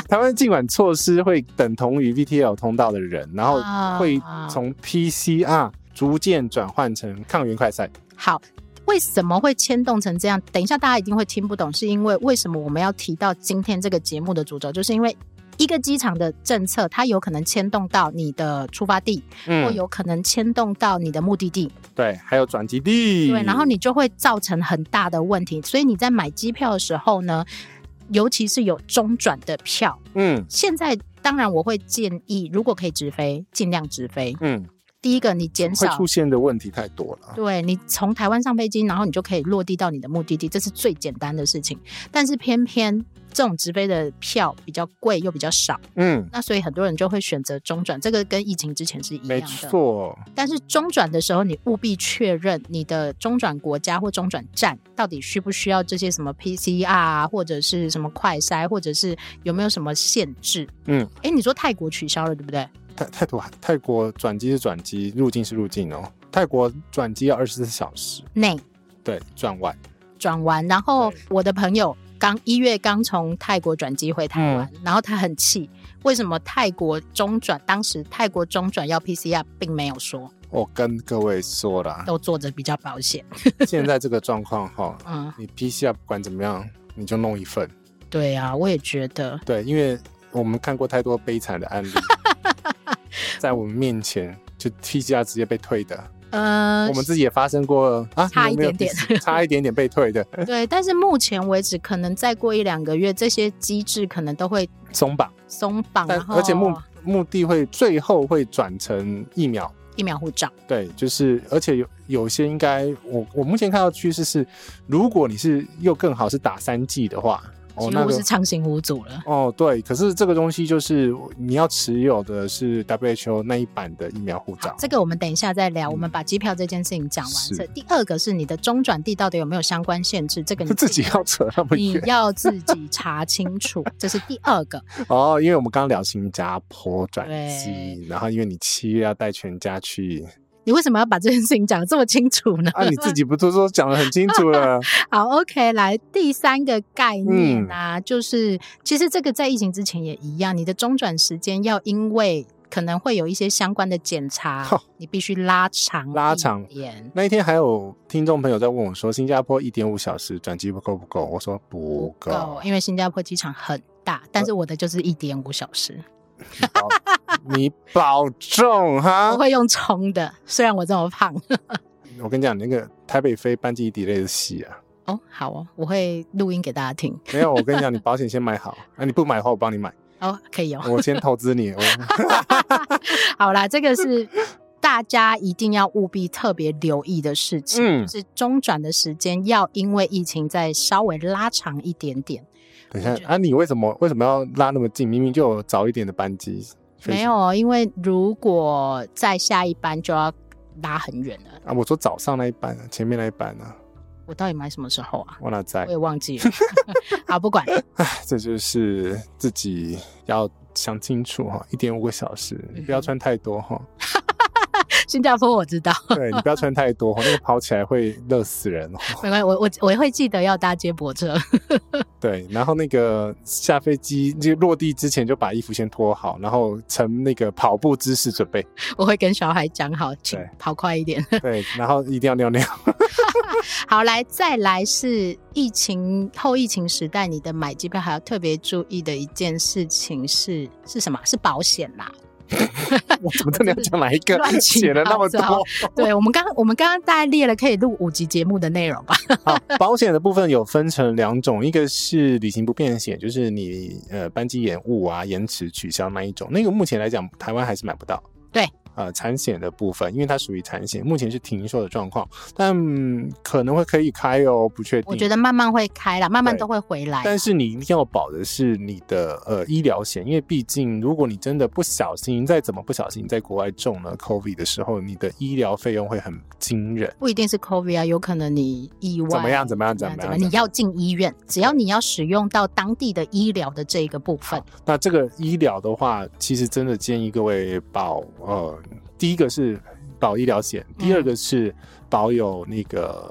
台湾尽管措施会等同于 VTL 通道的人，然后会从 PCR 逐渐转换成抗原快筛。 好，为什么会牵动成这样？等一下大家一定会听不懂，是因为为什么我们要提到今天这个节目的主轴，就是因为一个机场的政策，它有可能牵动到你的出发地，或有可能牵动到你的目的地， 对，还有转机地， 对，然后你就会造成很大的问题。所以你在买机票的时候呢，尤其是有中转的票，现在当然我会建议，如果可以直飞，尽量直飞，第一个你减少会出现的问题太多了， 对，你从台湾上飞机，然后你就可以落地到你的目的地，这是最简单的事情。但是偏偏这种直飞的票比较贵又比较少，那所以很多人就会选择中转，这个跟疫情之前是一样的， 没错。 但是中转的时候，你务必确认你的中转国家或中转站到底需不需要这些什么 PCR 啊，或者是什么快筛，或者是有没有什么限制。你说泰国取消了，对不对？ 泰国转机是转机，入境是入境哦。泰国转机要24小时内， 对，转完。 然后我的朋友1月刚从泰国转机回台湾，然后他很气，为什么泰国中转？当时泰国中转要 PCR， 并没有说。 我跟各位说了， 都做着比较保险。 现在这个状况哈，你 PCR 不管怎么样，你就弄一份。 对啊，我也觉得。 对，因为我们看过太多悲惨的案例。在我们面前就 PCR 直接被退的，我们自己也发生过啊， 差一点点， 差一点点被退的。 对，但是目前为止，可能再过1-2个月，这些机制可能都会松绑， 而且目的会最后会转成疫苗护照。 对，就是而且有些应该我目前看到趋势是，如果你是又更好是打3剂的话。 几乎是畅行无阻了。 对，可是这个东西就是你要持有的是 WHO 那一版的疫苗护照。 这个我们等一下再聊，我们把机票这件事情讲完。第二个是你的中转地到底有没有相关限制，这个你自己要扯那么远， 你要自己查清楚，这是第二个。 因为我们刚刚聊新加坡转机，然后因为你7月要带全家去。 你为什么要把这件事情讲得这么清楚呢？ 你自己不是说讲得很清楚了？ 好 ，OK， 来第3个概念啊，就是其实这个在疫情之前也一样，你的中转时间要因为可能会有一些相关的检查，你必须拉长一点。 那一天还有听众朋友在问我说，新加坡1.5小时转机够不够？我说不够， 因为新加坡机场很大，但是我的就是1.5小时。 你保重哈！ 我会用冲的，虽然我这么胖。 我跟你讲，那个台北飞班机 delay 的戏啊。 好哦，我会录音给大家听。 没有，我跟你讲，你保险先买好，你不买的话，我帮你买。 可以哦。 我先投资你。 好啦，这个是大家一定要务必特别留意的事情，是中转的时间要因为疫情再稍微拉长一点点。 等一下你为什么要拉那么近？明明就有早一点的班机。 没有，因为如果在下一班就要拉很远了。 我说早上那一班前面那一班我到底买什么时候啊？ 我哪在？ 我也忘记了。好，不管。 这就是自己要想清楚1.5个小时，你不要穿太多新加坡我知道。 对，你不要穿太多那个跑起来会热死人没关系，我会记得要搭接驳车。 对，然后那个下飞机就落地之前就把衣服先脱好，然后呈那个跑步姿势准备。 我会跟小孩讲好，请跑快一点。 对，然后一定要尿尿。 好，再来是后疫情时代，你的买机票还要特别注意的一件事情是什么？是保险啦。 我怎么真的要讲哪一个写了那么多？ 对，我们刚刚大概列了可以录5集节目的内容吧。 好，保险的部分有分成2种，一个是旅行不便险，就是你班机延误啊、延迟取消那一种，那个目前来讲台湾还是买不到。 对。 产险的部分，因为它属于产险，目前是停售的状况，但可能可以开不确定。 我觉得慢慢会开啦，慢慢都会回来。 但是你一定要保的是你的医疗险，因为毕竟如果你真的不小心，再怎么不小心在国外中了 COVID 的时候，你的医疗费用会很惊人。 不一定是 COVID 啊，有可能你意外怎么样， 你要进医院，只要你要使用到当地的医疗的这个部分。 那这个医疗的话，其实真的建议各位保第一个是保医疗险，第二个是保有那个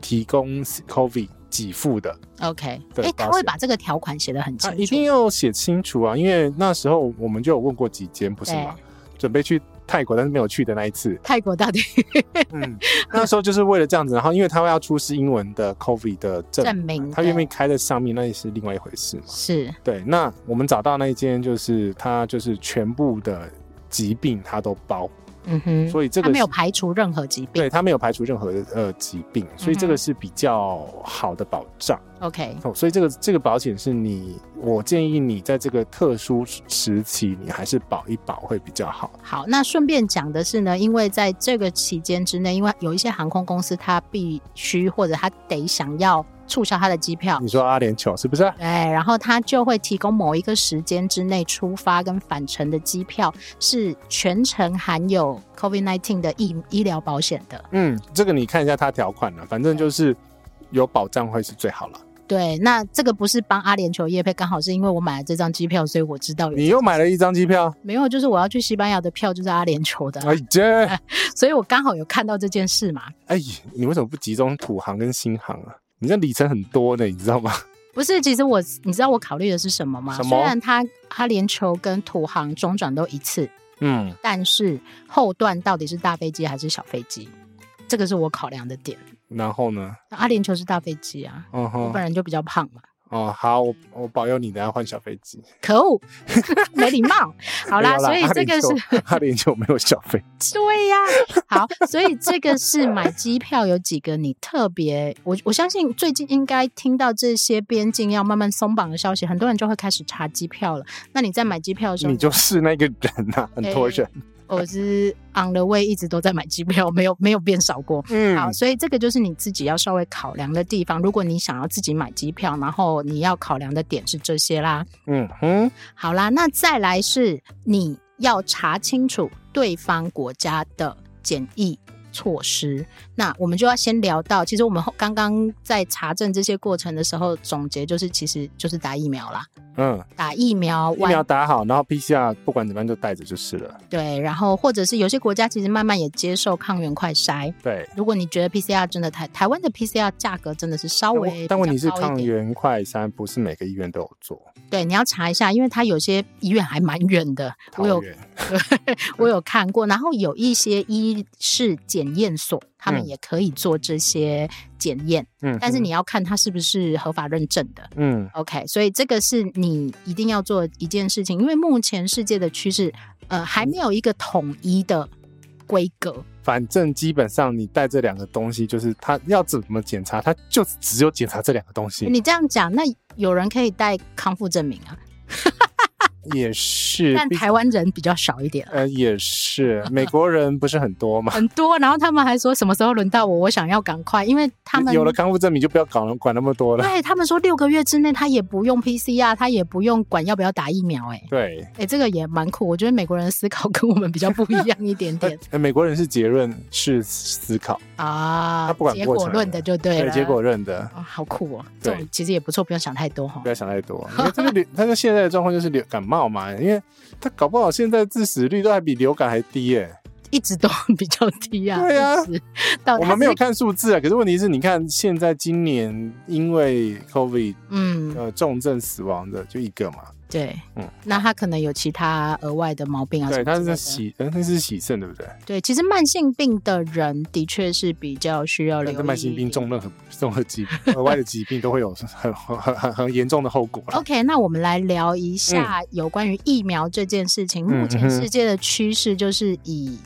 提供 COVID 给付的。 OK， 他会把这个条款写得很清楚， 一定要写清楚啊！因为那时候我们就有问过几间，不是吗？准备去泰国，但是没有去的那一次。 泰国到底那时候就是为了这样子，然后因为他要出示英文的 COVID 的证明，他愿不愿意开在上面，那也是另外一回事嘛。 是， 对。那我们找到那一间，就是他就是全部的疾病他都包。所以这个他没有排除任何疾病， 对，他没有排除任何的疾病，所以这个是比较好的保障。 OK， 所以这个保险是我建议你在这个特殊时期，你还是保一保会比较好。 好，那顺便讲的是呢，因为在这个期间之内，因为有一些航空公司它必须或者它得想要促销他的机票， 你说阿联酋是不是？ 对，然后他就会提供某一个时间之内出发跟返程的机票是全程含有 COVID-19 的医疗保险的。 这个你看一下他条款了，反正就是有保障会是最好了。 对，那这个不是帮阿联酋业配，刚好是因为我买了这张机票，所以我知道有。 你又买了一张机票？ 没有，就是我要去西班牙的票就是阿联酋的。所以我刚好有看到这件事嘛。 你为什么不集中土航跟新航啊？你这里程很多的，你知道吗？ 不是，其实你知道我考虑的是什么吗？虽然阿联酋跟土航中转都一次，但是后段到底是大飞机还是小飞机，这个是我考量的点。 然后呢？ 阿联酋是大飞机啊，我本人就比较胖嘛。 好，我保佑你等下换小飞机。 可恶，没礼貌。好啦，所以这个是阿联酋没有小飞机。 对呀，好，所以这个是买机票有几个你特别，我相信最近应该听到这些边境要慢慢松绑的消息，很多人就会开始查机票了。那你在买机票的时候， 你就是那个人啊，很多人。 我是 on the way 一直都在买机票，没有变少过。好，所以这个就是你自己要稍微考量的地方。如果你想要自己买机票，然后你要考量的点是这些啦。好啦，那再来是你要查清楚对方国家的检疫措施。那我们就要先聊到，其实我们刚刚在查证这些过程的时候，总结就是其实就是打疫苗啦。打疫苗打好，然后 PCR 不管怎么样就带着就是了。 对，然后或者是有些国家其实慢慢也接受抗原快筛。 对， 如果你觉得 PCR 真的台湾的 PCR 价格真的是稍微， 但问题是抗原快筛不是每个医院都有做。 对，你要查一下，因为它有些医院还蛮远的，我有看过，然后有一些医事检验所，他们也可以做这些检验，但是你要看它是不是合法认证的。OK， 所以这个是你一定要做一件事情，因为目前世界的趋势，还没有一个统一的规格。 反正基本上你带这两个东西，就是他要怎么检查，他就只有检查这两个东西。 你这样讲，那有人可以带康复证明啊。 也是， 但台湾人比较少一点。 也是，美国人不是很多吗？ 很多，然后他们还说什么时候轮到我想要赶快，因为他们有了康复证明就不要管那么多了。 对，他们说6个月之内他也不用 PCR， 他也不用管要不要打疫苗。 对， 这个也蛮酷。我觉得美国人的思考跟我们比较不一样一点点。 美国人是结论式思考啊， 他不管结果论的就对了。 对，结果论的。 好酷哦！这种其实也不错，不用想太多哈。 不要想太多，因为这个他现在的状况就是感冒嘛，因为他搞不好现在致死率都还比流感还低耶。 一直都比较低啊。 对啊，我们没有看数字啊，可是问题是你看现在今年因为 COVID 重症死亡的就一个嘛。 对，那他可能有其他额外的毛病啊。 对，他是那是洗肾，对不对？ 对，其实慢性病的人的确是比较需要留意。 慢性病中任何疾病、额外的疾病都会有很严重的后果。 OK， 那我们来聊一下有关于疫苗这件事情。目前世界的趋势就是以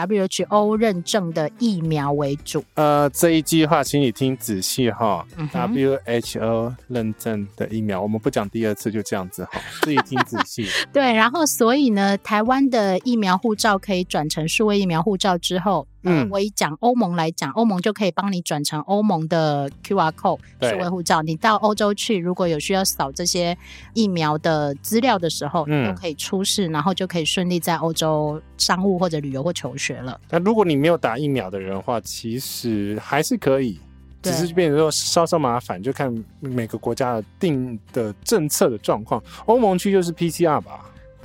WHO 认证的疫苗为主。 这一句话请你听仔细哈。WHO 认证的疫苗，我们不讲第二次，就这样子哈，自己听仔细。 对，然后所以呢，台湾的疫苗护照可以转成数位疫苗护照之后，我以讲欧盟来讲，欧盟就可以帮你转成欧盟的 QR code 数位护照。你到欧洲去，如果有需要扫这些疫苗的资料的时候，都可以出示，然后就可以顺利在欧洲商务或者旅游或求学了。 那如果你没有打疫苗的人的话，其实还是可以，只是变成说稍稍麻烦，就看每个国家的定的政策的状况。欧盟区就是 PCR 吧。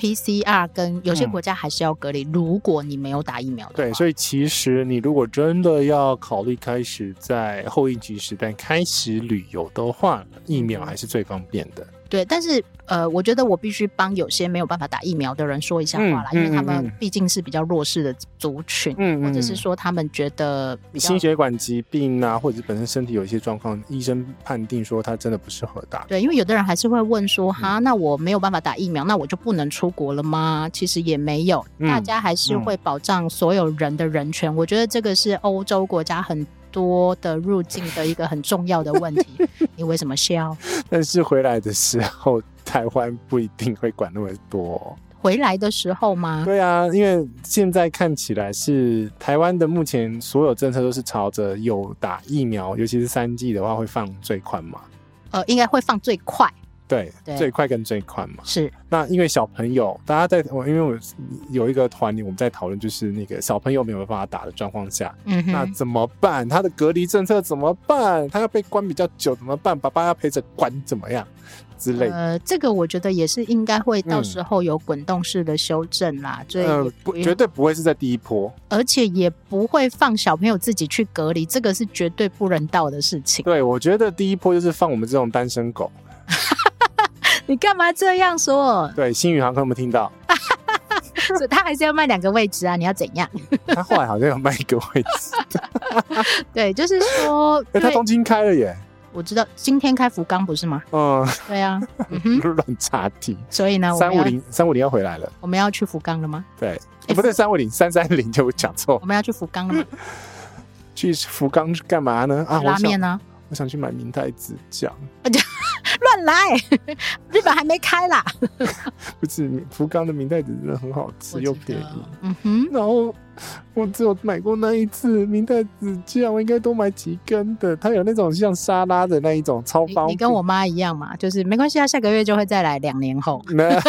PCR 跟有些国家还是要隔离，如果你没有打疫苗的话。 对，所以其实你如果真的要考虑开始在后疫情时代开始旅游的话，疫苗还是最方便的。 对，但是我觉得我必须帮有些没有办法打疫苗的人说一下话啦，因为他们毕竟是比较弱势的族群，或者是说他们觉得心血管疾病啊，或者是本身身体有一些状况，医生判定说他真的不适合打。 对，因为有的人还是会问说，哈，那我没有办法打疫苗，那我就不能出国了吗？其实也没有，大家还是会保障所有人的人权。我觉得这个是欧洲国家很多的入境的一个很重要的问题。你为什么笑？ 但是回来的时候台湾不一定会管那么多。 回来的时候吗？ 对啊，因为现在看起来是台湾的目前所有政策都是朝着有打疫苗，尤其是3剂的话会放最宽嘛。 应该会放最快。对， 最快跟最宽嘛。 是。 那因为小朋友，大家因为我有一个团里我们在讨论，就是那个小朋友没有办法打的状况下，那怎么办？他的隔离政策怎么办？他要被关比较久怎么办？爸爸要陪着关怎么样之类的？ 这个我觉得也是应该会到时候有滚动式的修正啦。所以绝对不会是在第一波， 而且也不会放小朋友自己去隔离，这个是绝对不人道的事情。 对，我觉得第一波就是放我们这种单身狗。 你干嘛这样说？ 对，星宇航空有没有听到？ 所以他还是要卖2个位置啊，你要怎样？ 他后来好像有卖一个位置。 对，就是说， 他东京开了耶。 我知道今天开福冈不是吗？对啊。 乱插题。 所以呢 350要回来了。 我们要去福冈了吗？ 对，不对，350，330就讲错。 我们要去福冈了吗？ 去福冈干嘛呢？ 拉面呢？ 我想去买明太子酱。 乱来，日本还没开啦。 不是，福冈的明太子真的很好吃又便宜。然后我只有买过那一次明太子酱，我应该多买几根的。它有那种像沙拉的那一种，超方便。 你跟我妈一样嘛，就是没关系，下个月就会再来2年后。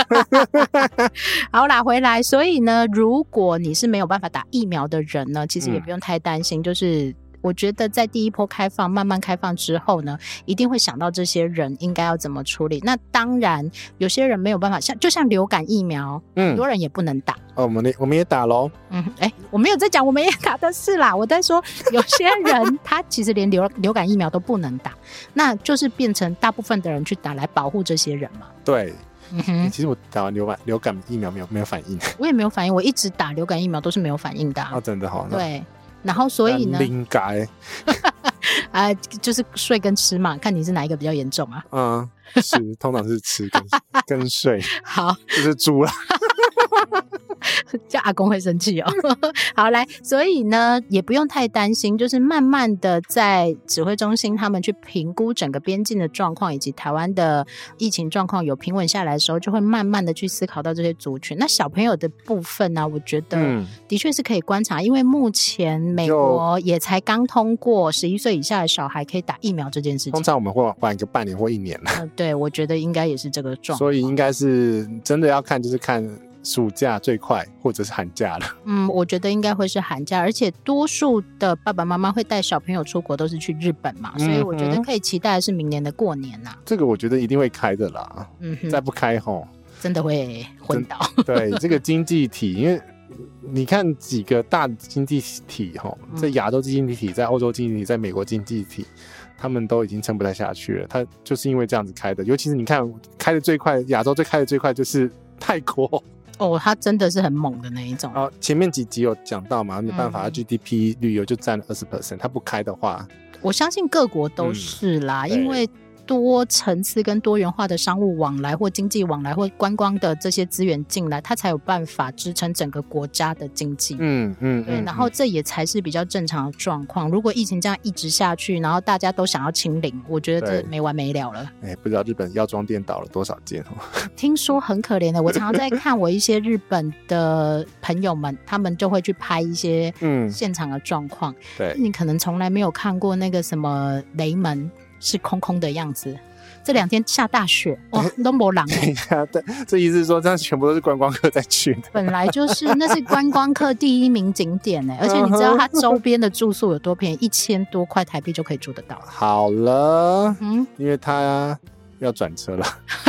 好啦，回来。所以呢，如果你是没有办法打疫苗的人呢，其实也不用太担心，就是我觉得在第一波开放慢慢开放之后呢，一定会想到这些人应该要怎么处理。那当然有些人没有办法，就像流感疫苗，很多人也不能打。 我们也打咯。 我没有在讲我们也打的事啦，我在说有些人他其实连流感疫苗都不能打，那就是变成大部分的人去打来保护这些人嘛。 对。其实我打完流感疫苗没有反应。我也没有反应，我一直打流感疫苗都是没有反应的。 真的好。 对。然后所以呢， 应该就是睡跟吃嘛，看你是哪一个比较严重啊？ 吃通常是吃跟睡。 好， 就是猪啦。 叫阿公会生气哦。好，来，所以呢也不用太担心，就是慢慢的在指挥中心他们去评估整个边境的状况以及台湾的疫情状况有平稳下来的时候，就会慢慢的去思考到这些族群。那小朋友的部分呢，我觉得的确是可以观察，因为目前美国也才刚通过11岁以下的小孩可以打疫苗这件事情。 通常我们会晚个半年或1年。 对，我觉得应该也是这个状况。 所以应该是真的要看，就是看暑假最快或者是寒假了。 我觉得应该会是寒假，而且多数的爸爸妈妈会带小朋友出国都是去日本嘛，所以我觉得可以期待的是明年的过年啊。 这个我觉得一定会开的啦。再不开真的会昏倒。 对，这个经济体，因为你看几个大经济体在亚洲经济体，在欧洲经济体，在美国经济体，他们都已经撑不太下去了。他就是因为这样子开的，尤其是你看开的最快，亚洲开的最快就是泰国。 他真的是很猛的那一种。 前面几集有讲到嘛，没办法，GDP 旅游就占了20%，他不开的话， 我相信各国都是啦，因为多层次跟多元化的商务往来或经济往来或观光的这些资源进来，它才有办法支撑整个国家的经济。对，然后这也才是比较正常的状况。如果疫情这样一直下去，然后大家都想要清零，我觉得这没完没了了。 不知道日本药妆店倒了多少间听说很可怜的，我常常在看我一些日本的朋友们，他们就会去拍一些现场的状况。 对， 你可能从来没有看过那个什么雷门是空空的样子，这2天下大雪，都没人。 这意思是说这样全部都是观光客在去的？ 本来就是那是观光客第1名景点而且你知道它周边的住宿有多便宜，1000多块台币就可以住得到。 好了，因为他要转车了。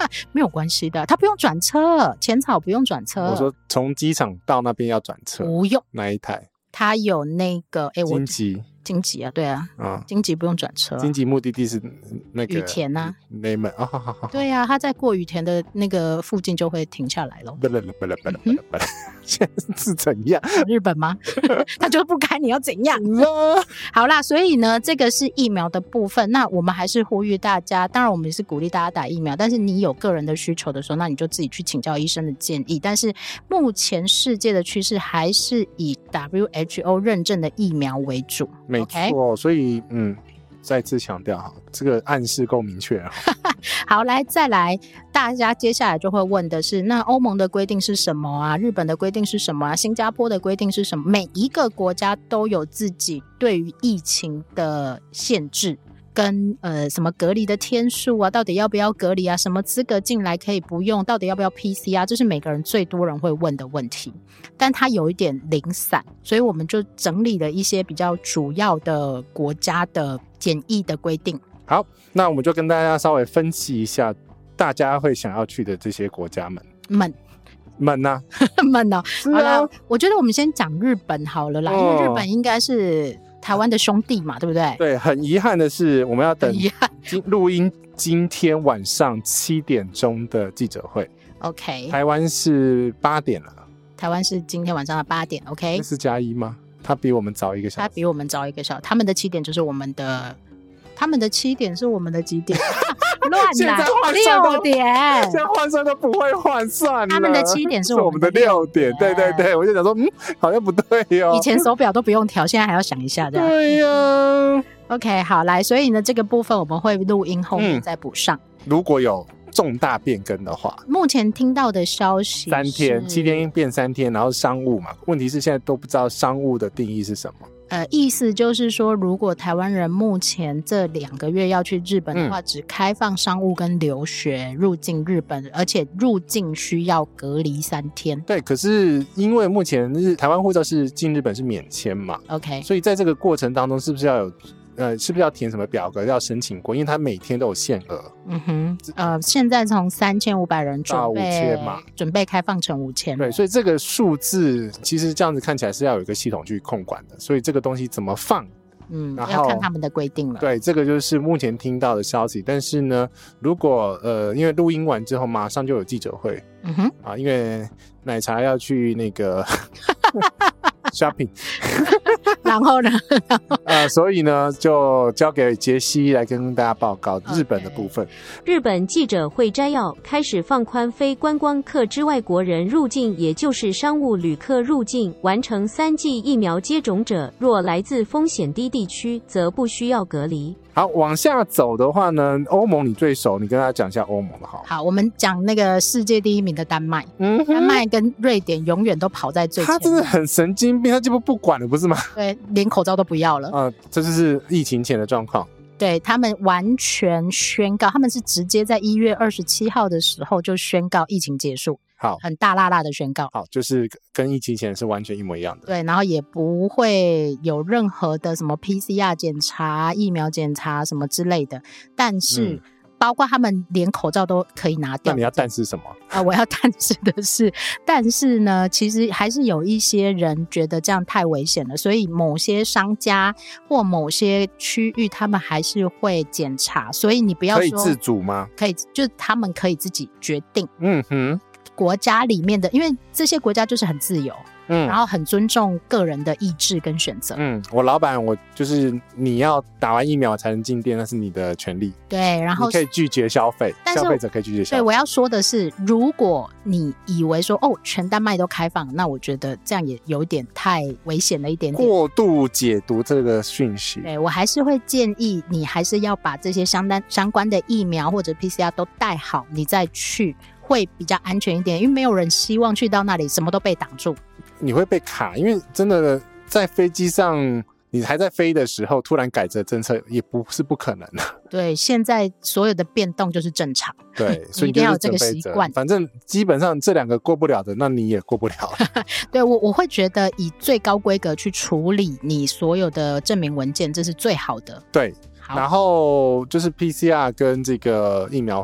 没有关系的，他不用转车，浅草不用转车。 我说从机场到那边要转车， 不用。 哪一台？ 他有那个京吉啊，对啊，京吉不用转车， 京吉目的地是那个羽田啊， 内门啊， 对啊，他在过羽田的那个附近就会停下来了。 现在是怎样？ 日本吗？他就不开，你要怎样？好啦，所以呢，这个是疫苗的部分。那我们还是呼吁大家，当然我们也是鼓励大家打疫苗，但是你有个人的需求的时候，那你就自己去请教医生的建议。但是目前世界的趋势还是以 WHO 认证的疫苗为主。 没错，所以再次强调，这个暗示够明确了。 好，再来，大家接下来就会问的是，那欧盟的规定是什么啊？日本的规定是什么啊？新加坡的规定是什么？每一个国家都有自己对于疫情的限制，跟什么隔离的天数啊，到底要不要隔离啊？什么资格进来可以不用？到底要不要 PCR？这是每个人最多人会问的问题，但它有一点零散，所以我们就整理了一些比较主要的国家的检疫的规定。 好，那我们就跟大家稍微分析一下大家会想要去的这些国家们啊们哦。好啦，我觉得我们先讲日本好了啦，因为日本应该是台湾的兄弟嘛，对不对？ 对，很遗憾的是我们要等录音今天晚上7点钟的记者会。 OK， 台湾是8点了， 台湾是今天晚上的8点。 OK， 这是+1吗？他比我们早1个小时， 他比我们早1个小时，他们的7点就是我们的，他们的7点是我们的几点？乱来，6点。 现在换算都不会换算了。 他们的7点是我们的 6点。对，我就想说，好像不对哦。 以前手表都不用调，现在还要想一下的。 对呀。 OK， 好，来，所以呢，这个部分我们会录音后面再补上。 如果有重大变更的话， 目前听到的消息 3天，7天变3天，然后商务嘛，问题是现在都不知道商务的定义是什么。 意思就是说，如果台湾人目前这2个月要去日本的话，只开放商务跟留学入境日本，而且入境需要隔离3天。 对，可是因为目前台湾护照是进日本是免签嘛 ，OK， 所以在这个过程当中，是不是要填什么表格要申请过？因为它每天都有限额。 现在从3500人到5000嘛， 准备开放成5000。 对，所以这个数字其实这样子看起来是要有一个系统去控管的，所以这个东西怎么放？ 要看他们的规定了。 对，这个就是目前听到的消息。但是呢，如果因为录音完之后马上就有记者会，因为奶茶要去那个shopping 然后呢所以呢就交给杰西来跟大家报告日本的部分。 日本记者会摘要，开始放宽非观光客之外国人入境，也就是商务旅客入境，完成3剂疫苗接种者若来自风险低地区则不需要隔离。 好，往下走的话呢，欧盟你最熟，你跟大家讲一下欧盟的好。 好，我们讲那个世界第1名的丹麦。丹麦跟瑞典永远都跑在最前面。 他真的很神经病，他就不管了，不是吗？ 对，连口罩都不要了。 这就是疫情前的状况。 对，他们完全宣告，他们是直接在1月27号的时候就宣告疫情结束。 好， 很大辣辣的宣告。 好，就是跟疫情前是完全一模一样的。 对，然后也不会有任何的什么 PCR 检查、疫苗检查什么之类的。但是，包括他们连口罩都可以拿掉。 那你要但是什么？ 我要但是的是，但是呢，其实还是有一些人觉得这样太危险了，所以某些商家或某些区域他们还是会检查。所以你不要说可以自主吗？ 可以，就是他们可以自己决定。国家里面的，因为这些国家就是很自由，然后很尊重个人的意志跟选择。 我老板，我就是你要打完疫苗才能进店，那是你的权利。 对，然后你可以拒绝消费，消费者可以拒绝消费。 对，我要说的是，如果你以为说全丹麦都开放，那我觉得这样也有点太危险了一点点， 过度解读这个讯息。 对，我还是会建议你还是要把这些相关的疫苗或者 PCR 都带好，你再去。会比较安全一点，因为没有人希望去到那里什么都被挡住， 你会被卡。因为真的在飞机上你还在飞的时候突然改这政策也不是不可能的。 对，现在所有的变动就是正常。 对，所以一定要有这个习惯。 反正基本上这2个过不了的，那你也过不了。 对，我会觉得以最高规格去处理你所有的证明文件，这是最好的。 对，然后就是 PCR 跟这个疫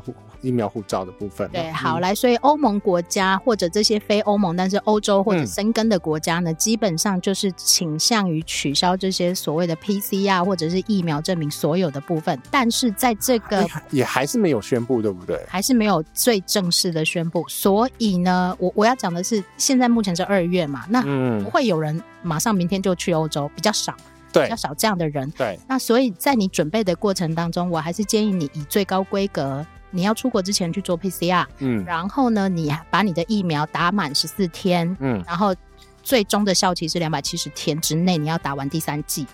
疫苗护照的部分。 对，好，来，所以欧盟国家或者这些非欧盟但是欧洲或者深耕的国家呢，基本上就是倾向于取消这些所谓的 PCR 或者是疫苗证明所有的部分，但是在这个也还是没有宣布，对不对？ 还是没有最正式的宣布。所以呢，我要讲的是，现在目前是2月嘛，那不会有人马上明天就去欧洲，比较少。 对， 比较少这样的人。 对， 那所以在你准备的过程当中，我还是建议你以最高规格，你要出国之前去做 PCR，然后呢，你把你的疫苗打满14天，然后最终的效期是270天之内，你要打完第3剂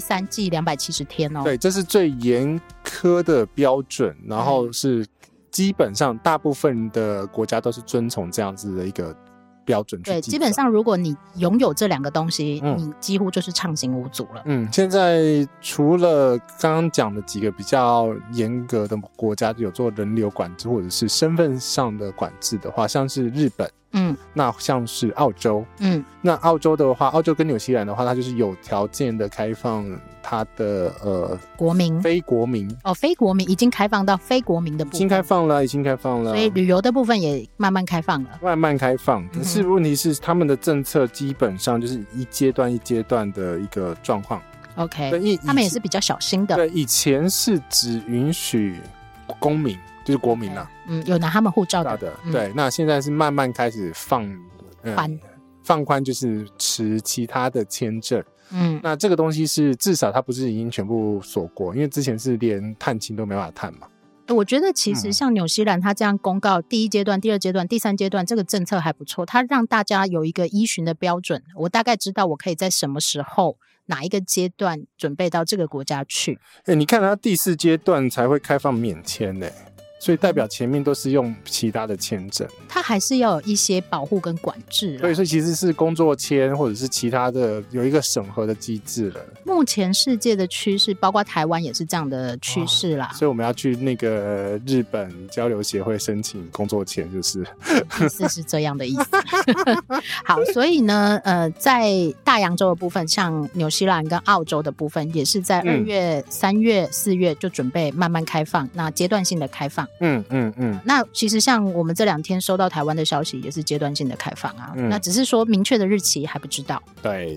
270天哦。 对，这是最严苛的标准，然后是基本上大部分的国家都是遵从这样子的一个标准去计算。 对，基本上如果你拥有这2个东西，你几乎就是畅行无阻了。 现在除了刚刚讲的几个比较严格的国家有做人流管制或者是身份上的管制的话，像是日本，那像是澳洲，那澳洲的话，澳洲跟纽西兰的话，它就是有条件的开放它的国民、 非国民非国民已经开放到非国民的部分， 已经开放了， 所以旅游的部分也慢慢开放了， 慢慢开放。可是问题是，他们的政策基本上就是一阶段一阶段的一个状况。 OK， 他们也是比较小心的。 对，以前是只允许公民，就是国民啦， 有拿他们护照的。 对，那现在是慢慢开始放宽，就是持其他的签证。那这个东西是至少它不是已经全部锁国，因为之前是连探亲都没办法探嘛。 我觉得其实像纽西兰它这样公告第1阶段、第2阶段、第3阶段，这个政策还不错，它让大家有一个依循的标准，我大概知道我可以在什么时候哪一个阶段准备到这个国家去。 你看它第4阶段才会开放免签所以代表前面都是用其他的签证， 它还是要有一些保护跟管制。 对，所以其实是工作签或者是其他的有一个审核的机制了。 目前世界的趋势，包括台湾也是这样的趋势啦。 所以我们要去那个日本交流协会申请工作签，就是意思是这样的意思。好，所以呢，在大洋洲的部分，像纽西兰跟澳洲的部分，也是在2月、3月、4月就准备慢慢开放，那阶段性的开放。那其实像我们这2天收到台湾的消息，也是阶段性的开放啊。那只是说明确的日期还不知道。 对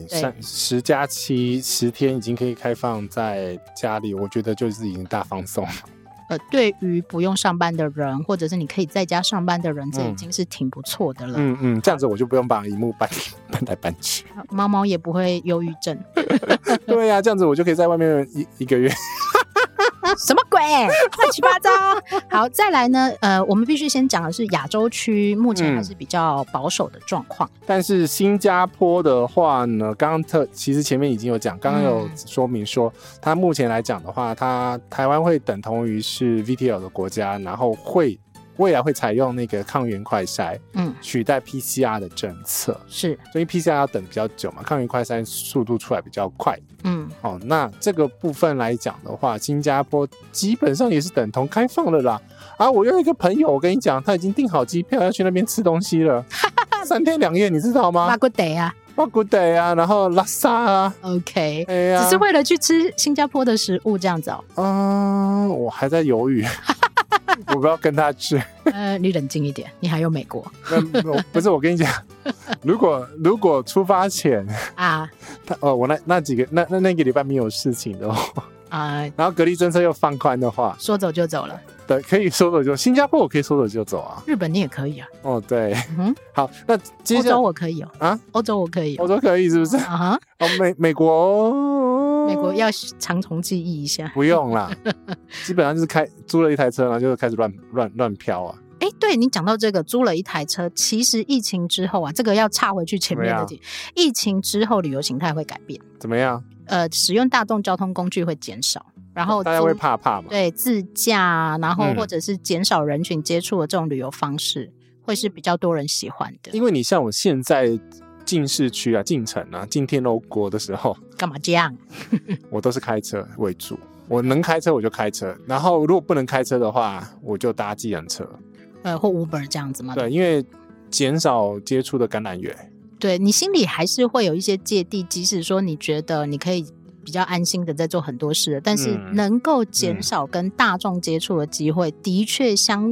，10+7 10天已经可以开放在家里，我觉得就是已经大放松。 对于不用上班的人，或者是你可以在家上班的人，这已经是挺不错的了。 这样子我就不用把萤幕搬来搬去， 猫猫也不会忧郁症。 对啊，这样子我就可以在外面一个月。 什么鬼？乱七八糟。好，再来呢，我们必须先讲的是亚洲区目前还是比较保守的状况。 但是新加坡的话呢，其实前面已经有讲，刚刚有说明说，它目前来讲的话，它台湾会等同于是 VTL 的国家，然后未来会采用那个抗原快筛，取代 PCR 的政策。是，所以 PCR 要等比较久嘛，抗原快筛速度出来比较快。那这个部分来讲的话，新加坡基本上也是等同开放了啦。我有一个朋友，我跟你讲，他已经订好机票要去那边吃东西了，3天2夜，你知道吗？ 巴古德啊， 巴古德啊，然后拉萨啊 ，OK，只是为了去吃新加坡的食物这样子我还在犹豫。我不要跟他去。 你冷静一点，你还有美国。 不是，我跟你讲，如果出发前我那个礼拜没有事情的话然后隔离政策又放宽的话， 说走就走了。 对，可以说走就。新加坡我可以说走就走啊。 日本你也可以啊。 对。好，那欧洲我可以欧洲我可以。 欧洲可以是不是？美国要长虫记忆一下。 不用啦，基本上就是租了一台车，然后就开始乱飘啊。 对，你讲到这个租了一台车，其实疫情之后这个要岔回去前面的点。疫情之后旅游形态会改变。 怎么样？ 使用大众交通工具会减少，然后大家会怕嘛？ 对，自驾，然后或者是减少人群接触的这种旅游方式，会是比较多人喜欢的。 因为你像我现在进市区进城进天龙国的时候， 干嘛这样？ 我都是开车为主，我能开车我就开车，然后如果不能开车的话，我就搭计程车， 或 Uber 这样子吗？ 对，因为减少接触的感染源。 对，你心里还是会有一些芥蒂，即使说你觉得你可以比较安心的在做很多事，但是能够减少跟大众接触的机会，的确相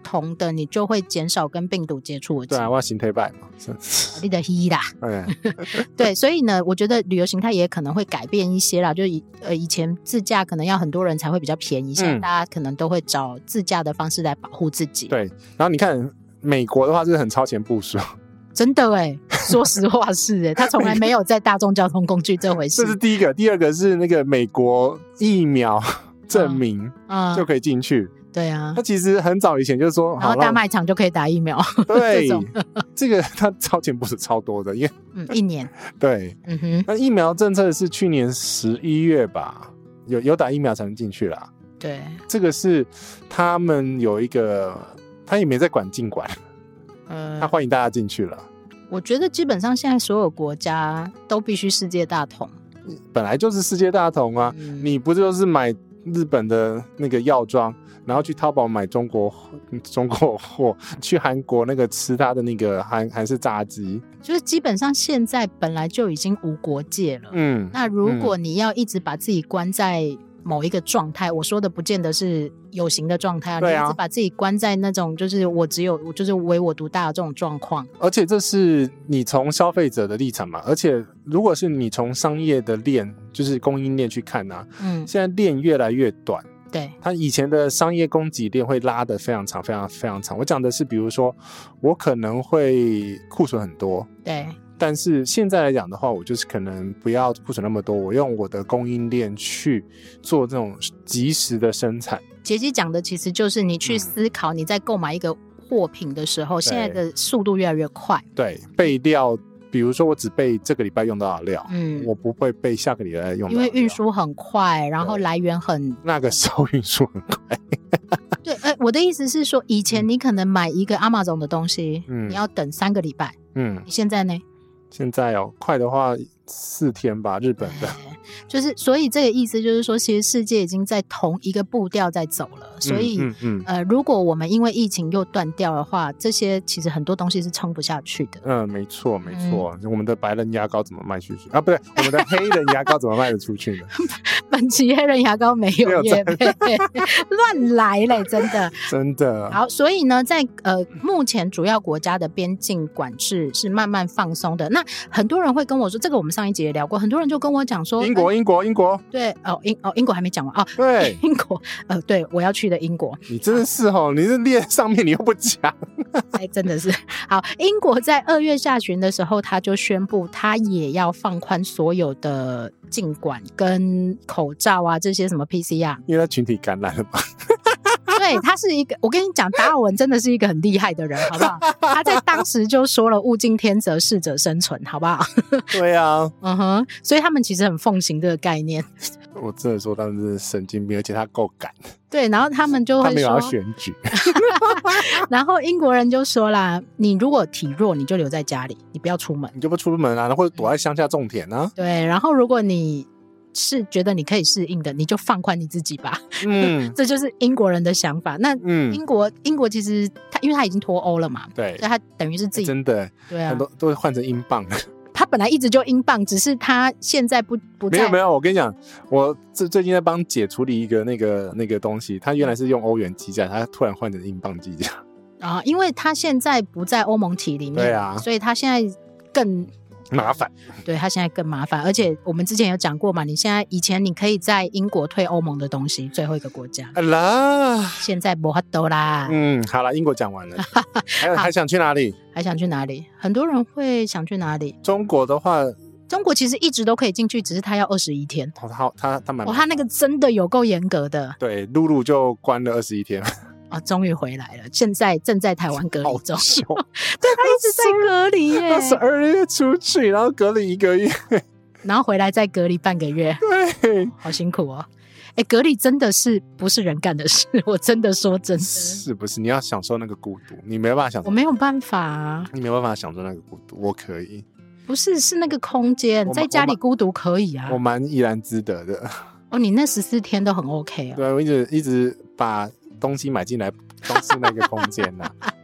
同的，你就会减少跟病毒接触的机会。 对啊，我要形态摆嘛， 你的黑啦。对，所以呢，我觉得旅游形态也可能会改变一些啦。就以前自驾可能要很多人才会比较便宜，现在大家可能都会找自驾的方式来保护自己。 对，然后你看美国的话，是很超前部署。 真的耶，说实话是耶，他从来没有在大众交通工具这回事。 这是第一个，第二个是那个美国疫苗证明就可以进去。 对啊， 他其实很早以前就说， 然后大卖场就可以打疫苗。 对，这个他超前部署超多的，因为 1年。 对，那疫苗政策是去年11月吧，有打疫苗才能进去啦。 对， 这个是他们有一个，他也没在管禁管，他欢迎大家进去了。 我觉得基本上现在所有国家都必须世界大同， 本来就是世界大同啊。你不就是买日本的那个药妆，然后去淘宝买中国货，去韩国那个吃他的那个韩式炸鸡， 就是基本上现在本来就已经无国界了。那如果你要一直把自己关在某一个状态，我说的不见得是有形的状态啊，你一直把自己关在那种就是我就是唯我独大的这种状况。 而且这是你从消费者的立场嘛，而且如果是你从商业的链，就是供应链去看啊，现在链越来越短。 对， 它以前的商业供给链会拉得非常长非常非常长。我讲的是比如说我可能会库存很多， 对， 但是现在来讲的话，我就是可能不要库存那么多，我用我的供应链去做这种即时的生产。 杰基讲的其实就是你去思考你在购买一个货品的时候，现在的速度越来越快。 对，备料，比如说我只备这个礼拜用到的料，我不会备下个礼拜用到的料， 因为运输很快，然后来源很那个时候运输很快。 对，我的意思是说，以前你可能买一个 Amazon 的东西，你要等3个礼拜，你现在呢？ 现在快的话4天吧，日本的。 就是所以这个意思就是说，其实世界已经在同一个步调在走了。所以如果我们因为疫情又断掉的话，这些其实很多东西是撑不下去的。没错没错。我们的白人牙膏怎么卖出去啊？不对，我们的黑人牙膏怎么卖得出去呢？ 本期黑人牙膏没有业配，乱来嘞，真的真的。 好，所以呢，在目前主要国家的边境管制是慢慢放松的。那很多人会跟我说，这个我们上一集也聊过，很多人就跟我讲说，英国，对，英国还没讲完哦， 对， 英国，对，我要去的英国。 你真的是你是列上面你又不讲， 真的是。好，英国在2月下旬的时候，他就宣布他也要放宽所有的禁管跟口罩啊，这些什么 PCR， 因为他群体感染了嘛。 对，他是一个，我跟你讲，达尔文真的是一个很厉害的人，好不好？他在当时就说了物竞天择，适者生存，好不好？ 对啊， 所以他们其实很奉行这个概念。 我真的说他们是神经病，而且他够敢。 对，然后他们就会说他没有要选举。 然后英国人就说啦，你如果体弱，你就留在家里，你不要出门， 你就不出门啊，或者躲在乡下种田啊。 对，然后如果你是觉得你可以适应的，你就放宽你自己吧。这就是英国人的想法。那英国其实因为他已经脱欧了嘛， 对， 所以他等于是自己真的，对啊，很多都会换成英镑。 他本来一直就英镑，只是他现在不在。 没有，我跟你讲，我最近在帮姐处理一个那个东西，他原来是用欧元计价，他突然换成英镑计价啊，因为他现在不在欧盟体里面， 对啊， 所以他现在更麻烦。 对，他现在更麻烦，而且我们之前有讲过嘛，以前你可以在英国退欧盟的东西，最后一个国家现在没法度啦。 好了，英国讲完了。还想去哪里？ 还想去哪里？很多人会想去哪里？ 中国的话， 中国其实一直都可以进去，只是他要21天。 他那个真的有够严格的。 对，露露就关了21天。 终于回来了，现在正在台湾隔离中。对，他一直在隔离耶。 他12月出去，然后隔离1个月， 然后回来再隔离半个月。 对， 好辛苦哦。隔离真的是不是人干的事？我真的说真的， 是不是？你要享受那个孤独，你没办法享受。 我没有办法啊， 你没有办法享受那个孤独，我可以。 不是，是那个空间，在家里孤独可以啊。 我蛮怡然自得的。 你那14天都很 OK 哦。 对，我一直把东西买进来装饰那个空间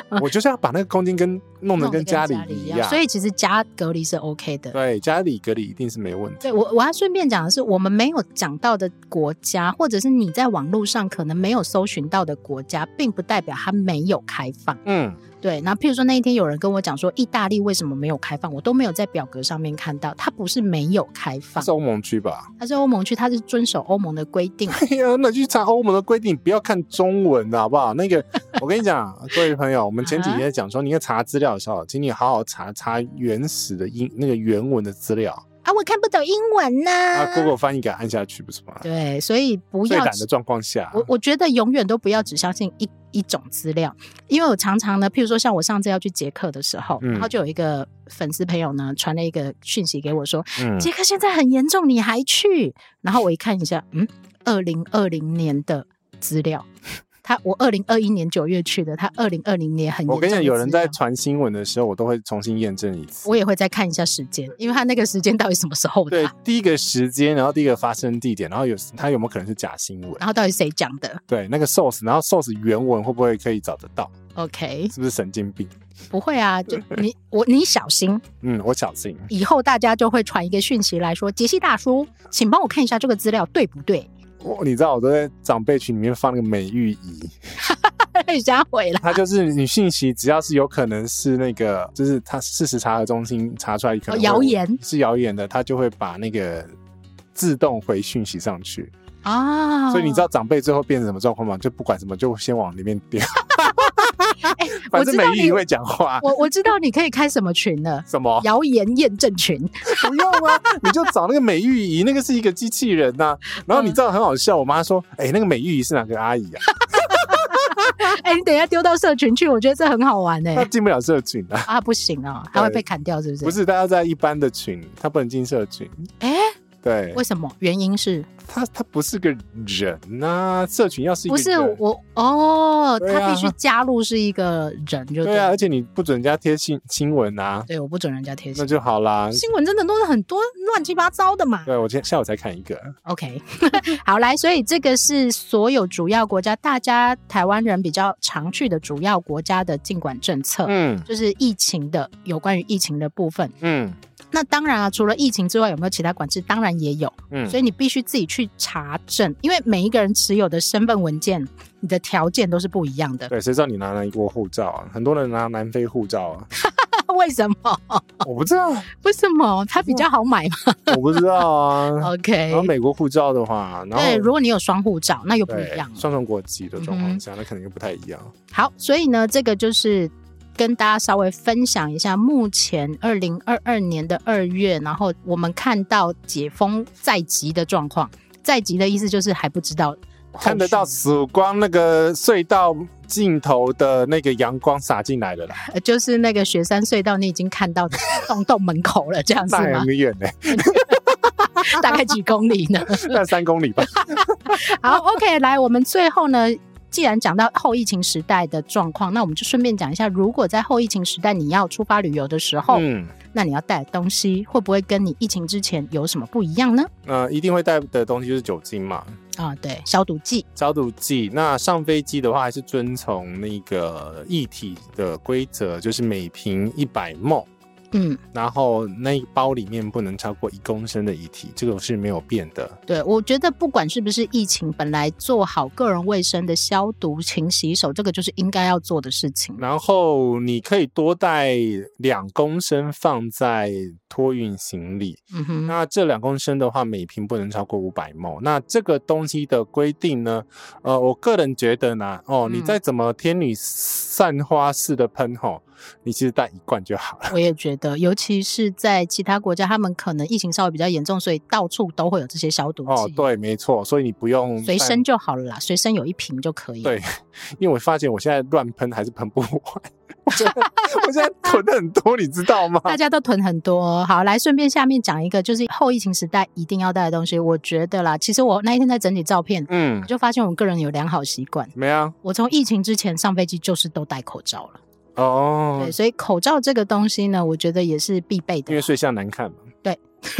我就是要把那个空间弄得跟家里一样， 所以其实家隔离是 OK 的。 对，家里隔离一定是没问题。 对，我要顺便讲的是，我们没有讲到的国家，或者是你在网络上可能没有搜寻到的国家，并不代表它没有开放。对，那譬如说那一天有人跟我讲说意大利为什么没有开放，我都没有在表格上面看到，它不是没有开放， 是欧盟区吧？ 它是欧盟区，它是遵守欧盟的规定。 哎呀，那去查欧盟的规定，不要看中文好不好？那个我跟你讲各位朋友，我们前几天讲说你要查资料的时候，请你好好查原始的那个原文的资料啊，我看不懂英文呢。 Google 翻译给按下去不是吗？ 对，所以不要最懒的状况下， 我觉得永远都不要只相信一种资料，因为我常常呢，譬如说像我上次要去捷克的时候，然后就有一个粉丝朋友呢传了一个讯息给我说，捷克现在很严重，你还去？然后我一看一下，2020年的资料。我2021年9月去的，他2020年很严重。 我跟你讲，有人在传新闻的时候，我都会重新验证一次。 我也会再看一下时间，因为他那个时间到底什么时候的？ 对，第一个时间，然后第一个发生地点，然后他有没有可能是假新闻？ 然后到底谁讲的？ 对，那个 source， 然后 source 原文会不会可以找得到 ？OK， 是不是神经病？ 不会啊，就你小心。 我小心。 以后大家就会传一个讯息来说，杰西大叔，请帮我看一下这个资料对不对？ 你知道我都在长辈群里面放那个美玉仪， 你想回来？ 他就是你讯息只要是有可能是那个，就是他事实查核中心查出来可能谣言是谣言的，他就会把那个自动回讯息上去啊。 所以你知道长辈最后变成什么状况吗？就不管什么就先往里面丢。反正美玉仪会讲话。 我知道你可以开什么群了？ 什么谣言验证群？ 不用啊，你就找那个美玉仪，那个是一个机器人呐。然后你知道很好笑，我妈说：“那个美玉仪是哪个阿姨啊？” 你等一下丢到社群去，我觉得这很好玩他进不了社群啊！不行啊，他会被砍掉是不是？ 不是，他要在一般的群，他不能进社群。对， 为什么？原因是他不是个人啊，社群要是一个人， 不是我他必须加入是一个人就对啊，而且你不准人家贴新闻啊， 对，我不准人家贴新闻， 那就好啦。 新闻真的都是很多乱七八糟的嘛。 对，我今天下午才看一个。 OK， 好来，所以这个是所有主要国家，大家台湾人比较常去的主要国家的禁管政策，就是疫情的有关于疫情的部分，那当然啊，除了疫情之外，有没有其他管制？当然也有，所以你必须自己去查证，因为每一个人持有的身份文件，你的条件都是不一样的。 对，谁知道你拿哪一国护照啊？很多人拿南非护照啊。 为什么？ 我不知道。 为什么？它比较好买吗？ 我不知道啊。 OK。 然后美国护照的话，然后对，如果你有双护照，那又不一样了。 双重国籍的状况下，那可能又不太一样。 好，所以呢，这个就是跟大家稍微分享一下，目前2022年的2月，然后我们看到解封在即的状况。在即的意思就是还不知道， 看得到曙光，那个隧道尽头的那个阳光洒进来了啦。 就是那个雪山隧道，你已经看到洞门口了，这样子吗？ 那很远呢。 大概几公里呢？ 那3公里吧。 好 ，OK， 来，我们最后呢，既然讲到后疫情时代的状况，那我们就顺便讲一下，如果在后疫情时代你要出发旅游的时候，那你要带的东西会不会跟你疫情之前有什么不一样呢？ 一定会带的东西就是酒精嘛。 对，消毒剂。 那上飞机的话，还是遵从那个液体的规则，就是每瓶100ml。然后那一包里面不能超过1公升的液体，这个是没有变的。 对，我觉得不管是不是疫情，本来做好个人卫生的消毒、勤洗手，这个就是应该要做的事情。 然后你可以多带2公升放在托运行李。那这2公升的话，每瓶不能超过500ml。那这个东西的规定呢，我个人觉得呢，你再怎么天女散花式的喷你其实带1罐就好了。 我也觉得，尤其是在其他国家，他们可能疫情稍微比较严重，所以到处都会有这些消毒剂。 对，没错，所以你不用随身就好了啦，随身有1瓶就可以了。 对，因为我发现我现在乱喷还是喷不完。我现在囤很多，你知道吗？ 大家都囤很多。好，来顺便下面讲一个，就是后疫情时代一定要带的东西。我觉得啦，其实我那一天在整理照片，我就发现我个人有良好习惯。 怎么样？ 我从疫情之前上飞机就是都戴口罩了。对，所以口罩这个东西呢，我觉得也是必备的。 因为睡相难看嘛。 对，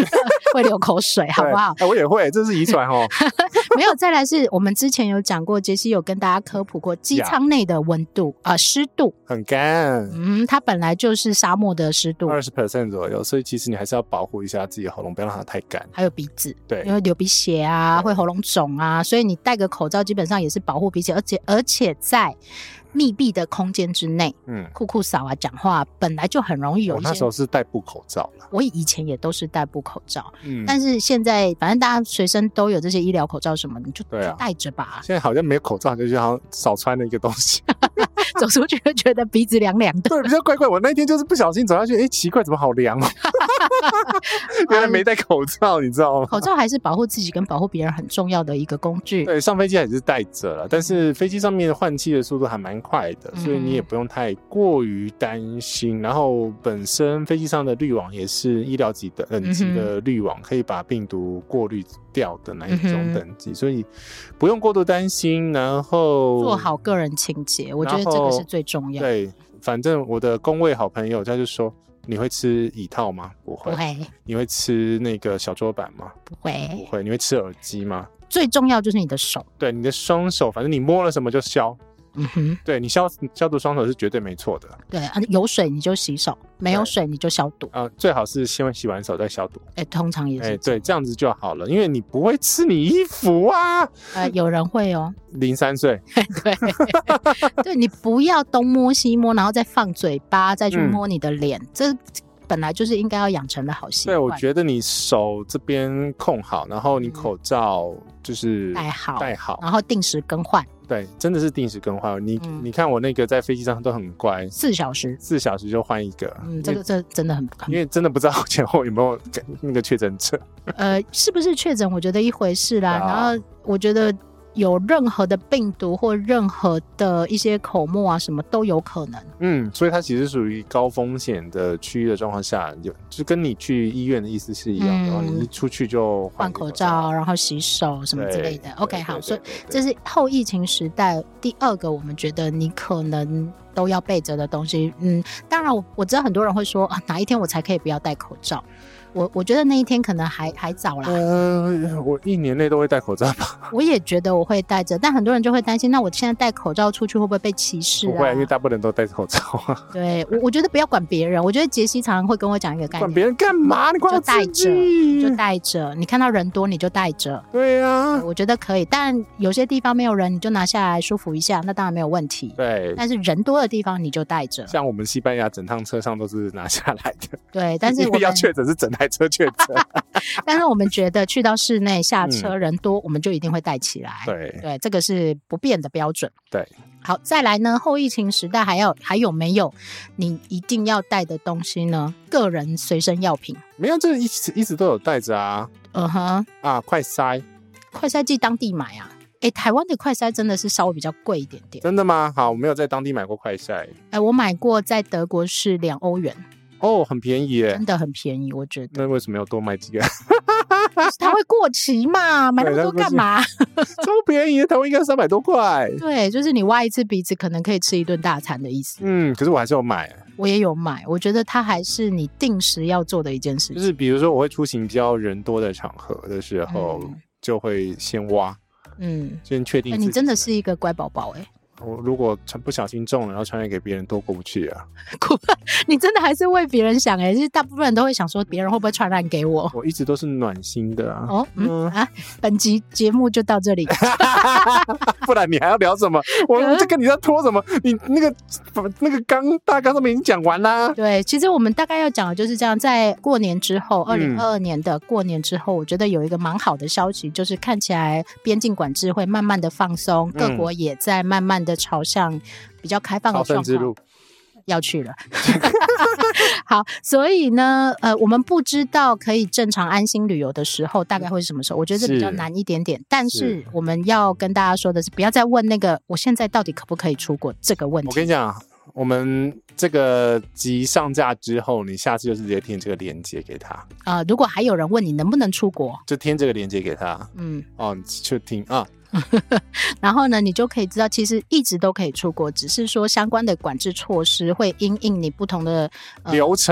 会流口水，好不好？ 我也会，这是遗传哦。 没有，再来是我们之前有讲过，杰西有跟大家科普过机舱内的温度湿度很干。 它本来就是沙漠的湿度 20% 左右，所以其实你还是要保护一下自己的喉咙，不要让它太干。 还有鼻子， 对， 因为流鼻血啊，会喉咙肿啊，所以你戴个口罩基本上也是保护鼻子，而且在密闭的空间之内，酷酷扫啊，讲话本来就很容易有一些。 我那时候是戴布口罩啦， 我以前也都是戴布口罩，但是现在反正大家随身都有这些医疗口罩什么，你就戴着吧。 现在好像没有口罩，就好像少穿了一个东西， 走出去就觉得鼻子凉凉的。 对，比较怪怪。我那天就是不小心走下去，奇怪，怎么好凉哦？原来没戴口罩，你知道吗？ 口罩还是保护自己跟保护别人很重要的一个工具。 对，上飞机还是戴着了，但是飞机上面换气的速度还蛮快的，所以你也不用太过于担心。然后本身飞机上的滤网也是医疗级的等级的滤网，可以把病毒过滤掉的那一种等级，所以不用过度担心。然后做好个人清洁，我觉得这个是最重要的。 对，反正我的公卫好朋友他就说，你会吃椅套吗？不会。你会吃那个小桌板吗？ 不会。 你会吃耳机吗？ 最重要就是你的手。对， 你的双手，反正你摸了什么就消。对，你消毒双手是绝对没错的。 对有水你就洗手，没有水你就消毒。 最好是先洗完手再消毒。 通常也是。 对，这样子就好了，因为你不会吃你衣服啊。 有人会哦。 03岁。 对，你不要东摸西摸，然后再放嘴巴，再去摸你的脸，这本来就是应该要养成的好习惯。 对，我觉得你手这边控好，然后你口罩就是戴好， 然后定时更换。 对，真的是定时更换。你看我那个在飞机上都很乖，4小时就换一个。 这真的很因为真的不知道前后有没有那个确诊者。 是不是确诊？我觉得一回事啦。然后我觉得有任何的病毒或任何的一些口沫啊，什么都有可能。 所以它其实属于高风险的区域的状况下，就跟你去医院的意思是一样的。然后你一出去就换口罩，然后洗手什么之类的。OK， 好，所以这是后疫情时代第二个我们觉得你可能都要备着的东西。当然我知道很多人会说哪一天我才可以不要戴口罩。我觉得那一天可能还早啦。 我1年内都会戴口罩吧。 我也觉得我会戴着，但很多人就会担心，那我现在戴口罩出去会不会被歧视啊？ 不会，因为大部分人都戴口罩啊。 对，我觉得不要管别人。我觉得杰西常常会跟我讲一个概念， 管别人干嘛？你管我自己就戴着，你看到人多你就戴着。 对啊， 我觉得可以，但有些地方没有人，你就拿下来舒服一下，那当然没有问题。 对， 但是人多的地方你就戴着。 像我们西班牙整趟车上都是拿下来的。 对，但是因为要确诊是整台车确诊。 但是我们觉得去到室内下车人多，我们就一定会戴起来。对，这个是不变的标准。 对， 好，再来呢，后疫情时代还有没有你一定要带的东西呢？个人随身药品没有，这一直都有带着啊。快筛剂当地买啊。台湾的快筛真的是稍微比较贵一点点。 真的吗？好，我没有在当地买过快筛。 我买过，在德国是2欧元。 很便宜耶， 真的很便宜，我觉得。 那为什么要多买几个？ 它会过期嘛，买那么多干嘛？ 超便宜，台湾应该300多块。 对，就是你挖一次鼻子，可能可以吃一顿大餐的意思。 可是我还是有买。 我也有买，我觉得它还是你定时要做的一件事情。 就是比如说，我会出行比较人多的场合的时候，就会先挖，先确定。 你真的是一个乖宝宝我如果不小心中了，然后传染给别人，多过不去啊！ 你真的还是为别人想就是大部分人都会想说，别人会不会传染给我？ 我一直都是暖心的啊！ 本集节目就到这里， 不然你还要聊什么？我这跟你在拖什么？你那个大纲上面已经讲完啦。 对，其实我们大概要讲的就是这样。在过年之后，2022年的过年之后，我觉得有一个蛮好的消息，就是看起来边境管制会慢慢的放松，各国也在慢慢的朝向比较开放的状况要去了。好，所以呢我们不知道可以正常安心旅游的时候大概会是什么时候，我觉得这比较难一点点。但是我们要跟大家说的是，不要再问那个我现在到底可不可以出国这个问题。 我跟你讲，我们这个集上架之后，你下次就直接填这个链接给他。 如果还有人问你能不能出国， 就填这个链接给他。就听然后呢，你就可以知道，其实一直都可以出国，只是说相关的管制措施会因应你不同的流程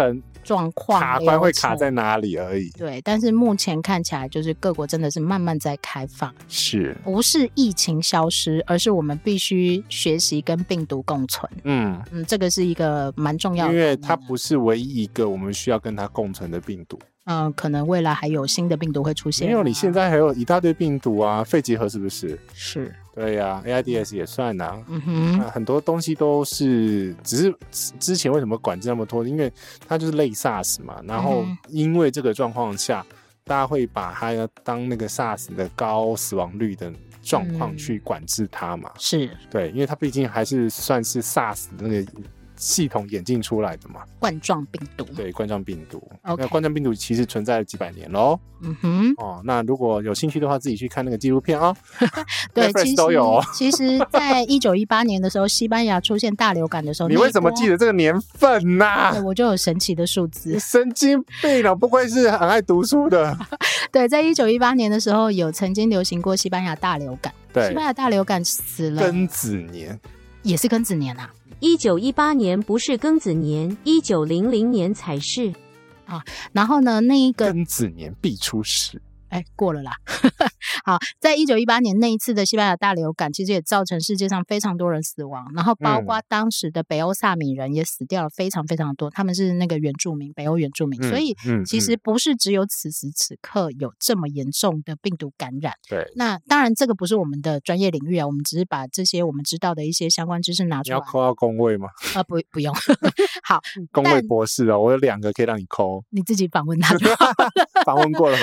状况， 卡关会卡在哪里而已。 对，但是目前看起来就是各国真的是慢慢在开放， 是不是疫情消失，而是我们必须学习跟病毒共存。这个是一个蛮重要的， 因为它不是唯一一个我们需要跟它共存的病毒。 可能未来还有新的病毒会出现。 没有，你现在还有一大堆病毒啊，肺结核是不是？ 是。 对呀，AIDS 也算啊。很多东西都是，只是之前为什么管制那么多？因为它就是类 SARS 嘛，然后因为这个状况下，大家会把它当那个 SARS 的高死亡率的状况去管制它嘛。 是。 对，因为它毕竟还是算是 SARS 的那个系统演进出来的嘛， 冠状病毒。 对，冠状病毒。 Okay. 那冠状病毒其实存在了几百年咯。那如果有兴趣的话，自己去看那个纪录片哦。 对， 其实都有哦。 其实在1918年的时候，西班牙出现大流感的时候， 你为什么记得这个年份啊？ 我就有神奇的数字。 你神经病了，不愧是很爱读书的。 对，在1918年的时候，有曾经流行过西班牙大流感。 对， 西班牙大流感死了。 庚子年。 也是庚子年啊。 1918年不是庚子年，1900年才是啊。然后呢，那一个庚子年必出事。 过了啦。好，在1918年那一次的西班牙大流感，其实也造成世界上非常多人死亡，然后包括当时的北欧萨米人也死掉了非常非常多，他们是那个原住民，北欧原住民，所以其实不是只有此时此刻有这么严重的病毒感染。 对， 那当然这个不是我们的专业领域啊，我们只是把这些我们知道的一些相关知识拿出来。 你要扣到公卫吗？ 不用。好， 公卫博士哦，我有2个可以让你扣， 你自己访问他就好了。 访问过了。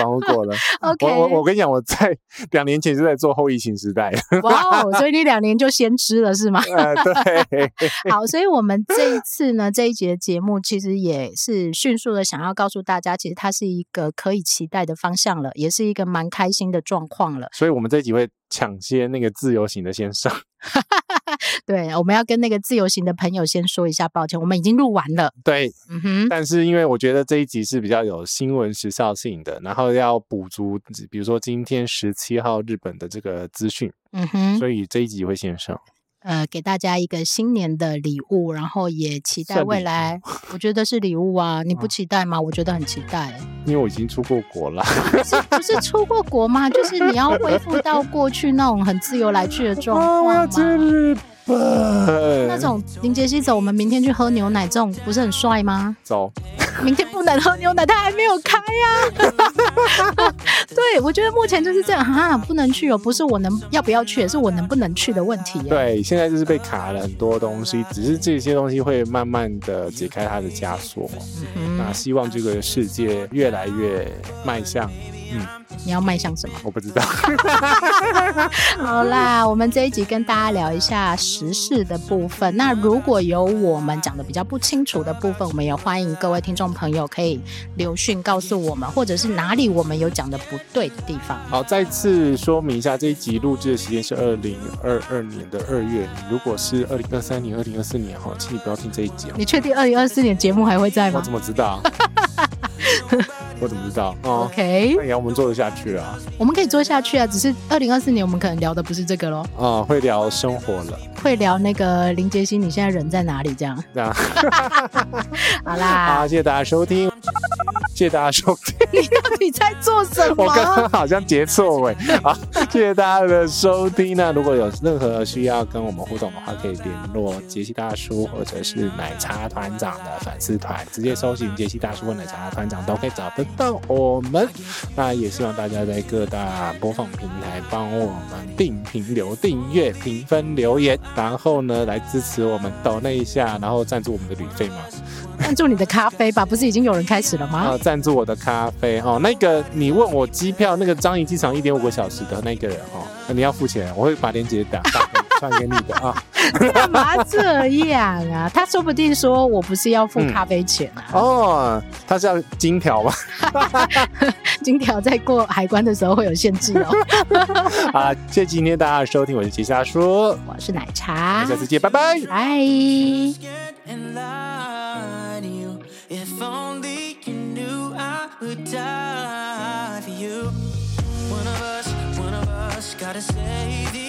Okay. 我跟你讲，我在2年前就在做后疫情时代。 哇哦，所以你2年就先知了是吗？ 对。 好，所以我们这一次呢，这一集的节目其实也是迅速的想要告诉大家，其实它是一个可以期待的方向了，也是一个蛮开心的状况了。 所以我们这一集会抢先那个自由行的先上。 对，我们要跟那个自由行的朋友先说一下抱歉，我们已经录完了。 对，但是因为我觉得这一集是比较有新闻时效性的，然后要补足比如说今天17号日本的这个资讯，所以这一集会先上。 给大家一个新年的礼物，然后也期待未来。我觉得是礼物啊，你不期待吗？我觉得很期待。 因为我已经出过国了。 不是出过国吗？就是你要恢复到过去那种很自由来去的状况吗？ 我要去日本。 那种林杰西走，我们明天去喝牛奶，这种不是很帅吗？ 走。 明天不能喝牛奶，它还没有开啊。对，我觉得目前就是这样不能去哦，不是我要不要去，是我能不能去的问题。 对，现在就是被卡了很多东西，只是这些东西会慢慢的解开它的枷锁。那希望这个世界越来越迈向你要迈向什么？ 我不知道。 好啦，我们这一集跟大家聊一下时事的部分。那如果有我们讲的比较不清楚的部分，我们也欢迎各位听众朋友可以留讯告诉我们，或者是哪里我们有讲的不对的地方。 好，再次说明一下，这一集录制的时间是2022年的2月。你如果是2023年、2024年请你不要听这一集。 你确定2024年节目还会在吗？ 我怎么知道？我怎么知道 ？OK， 那也要我们做得下去啊。 我们可以做下去啊，只是2024年我们可能聊的不是这个咯。 会聊生活了， 会聊那个林杰西你现在人在哪里这样。好啦， 好，谢谢大家收听。谢谢大家收听。 你到底在做什么？ 我刚刚好像结错尾。好，谢谢大家的收听。那如果有任何需要跟我们互动的话，可以联络杰西大叔或者是奶茶团长的粉丝团，直接搜寻杰西大叔或奶茶团长都可以找得到我们。那也希望大家在各大播放平台帮我们订阅、评分、留言，然后呢来支持我们，抖内一下，然后赞助我们的旅费吗？ 赞助你的咖啡吧，不是已经有人开始了吗？ 赞助我的咖啡那个你问我机票那个樟宜机场1.5个小时的那个人你要付钱，我会把链接传给你的啊。 干嘛这样啊？他说不定说我不是要付咖啡钱啊。 他是要金条吗？ 金条在过海关的时候会有限制好，谢谢今天大家的收听，我是杰西大叔， 我是奶茶， 下次见，拜拜， 拜。 If only you knew I would die for you. One of us gotta save you.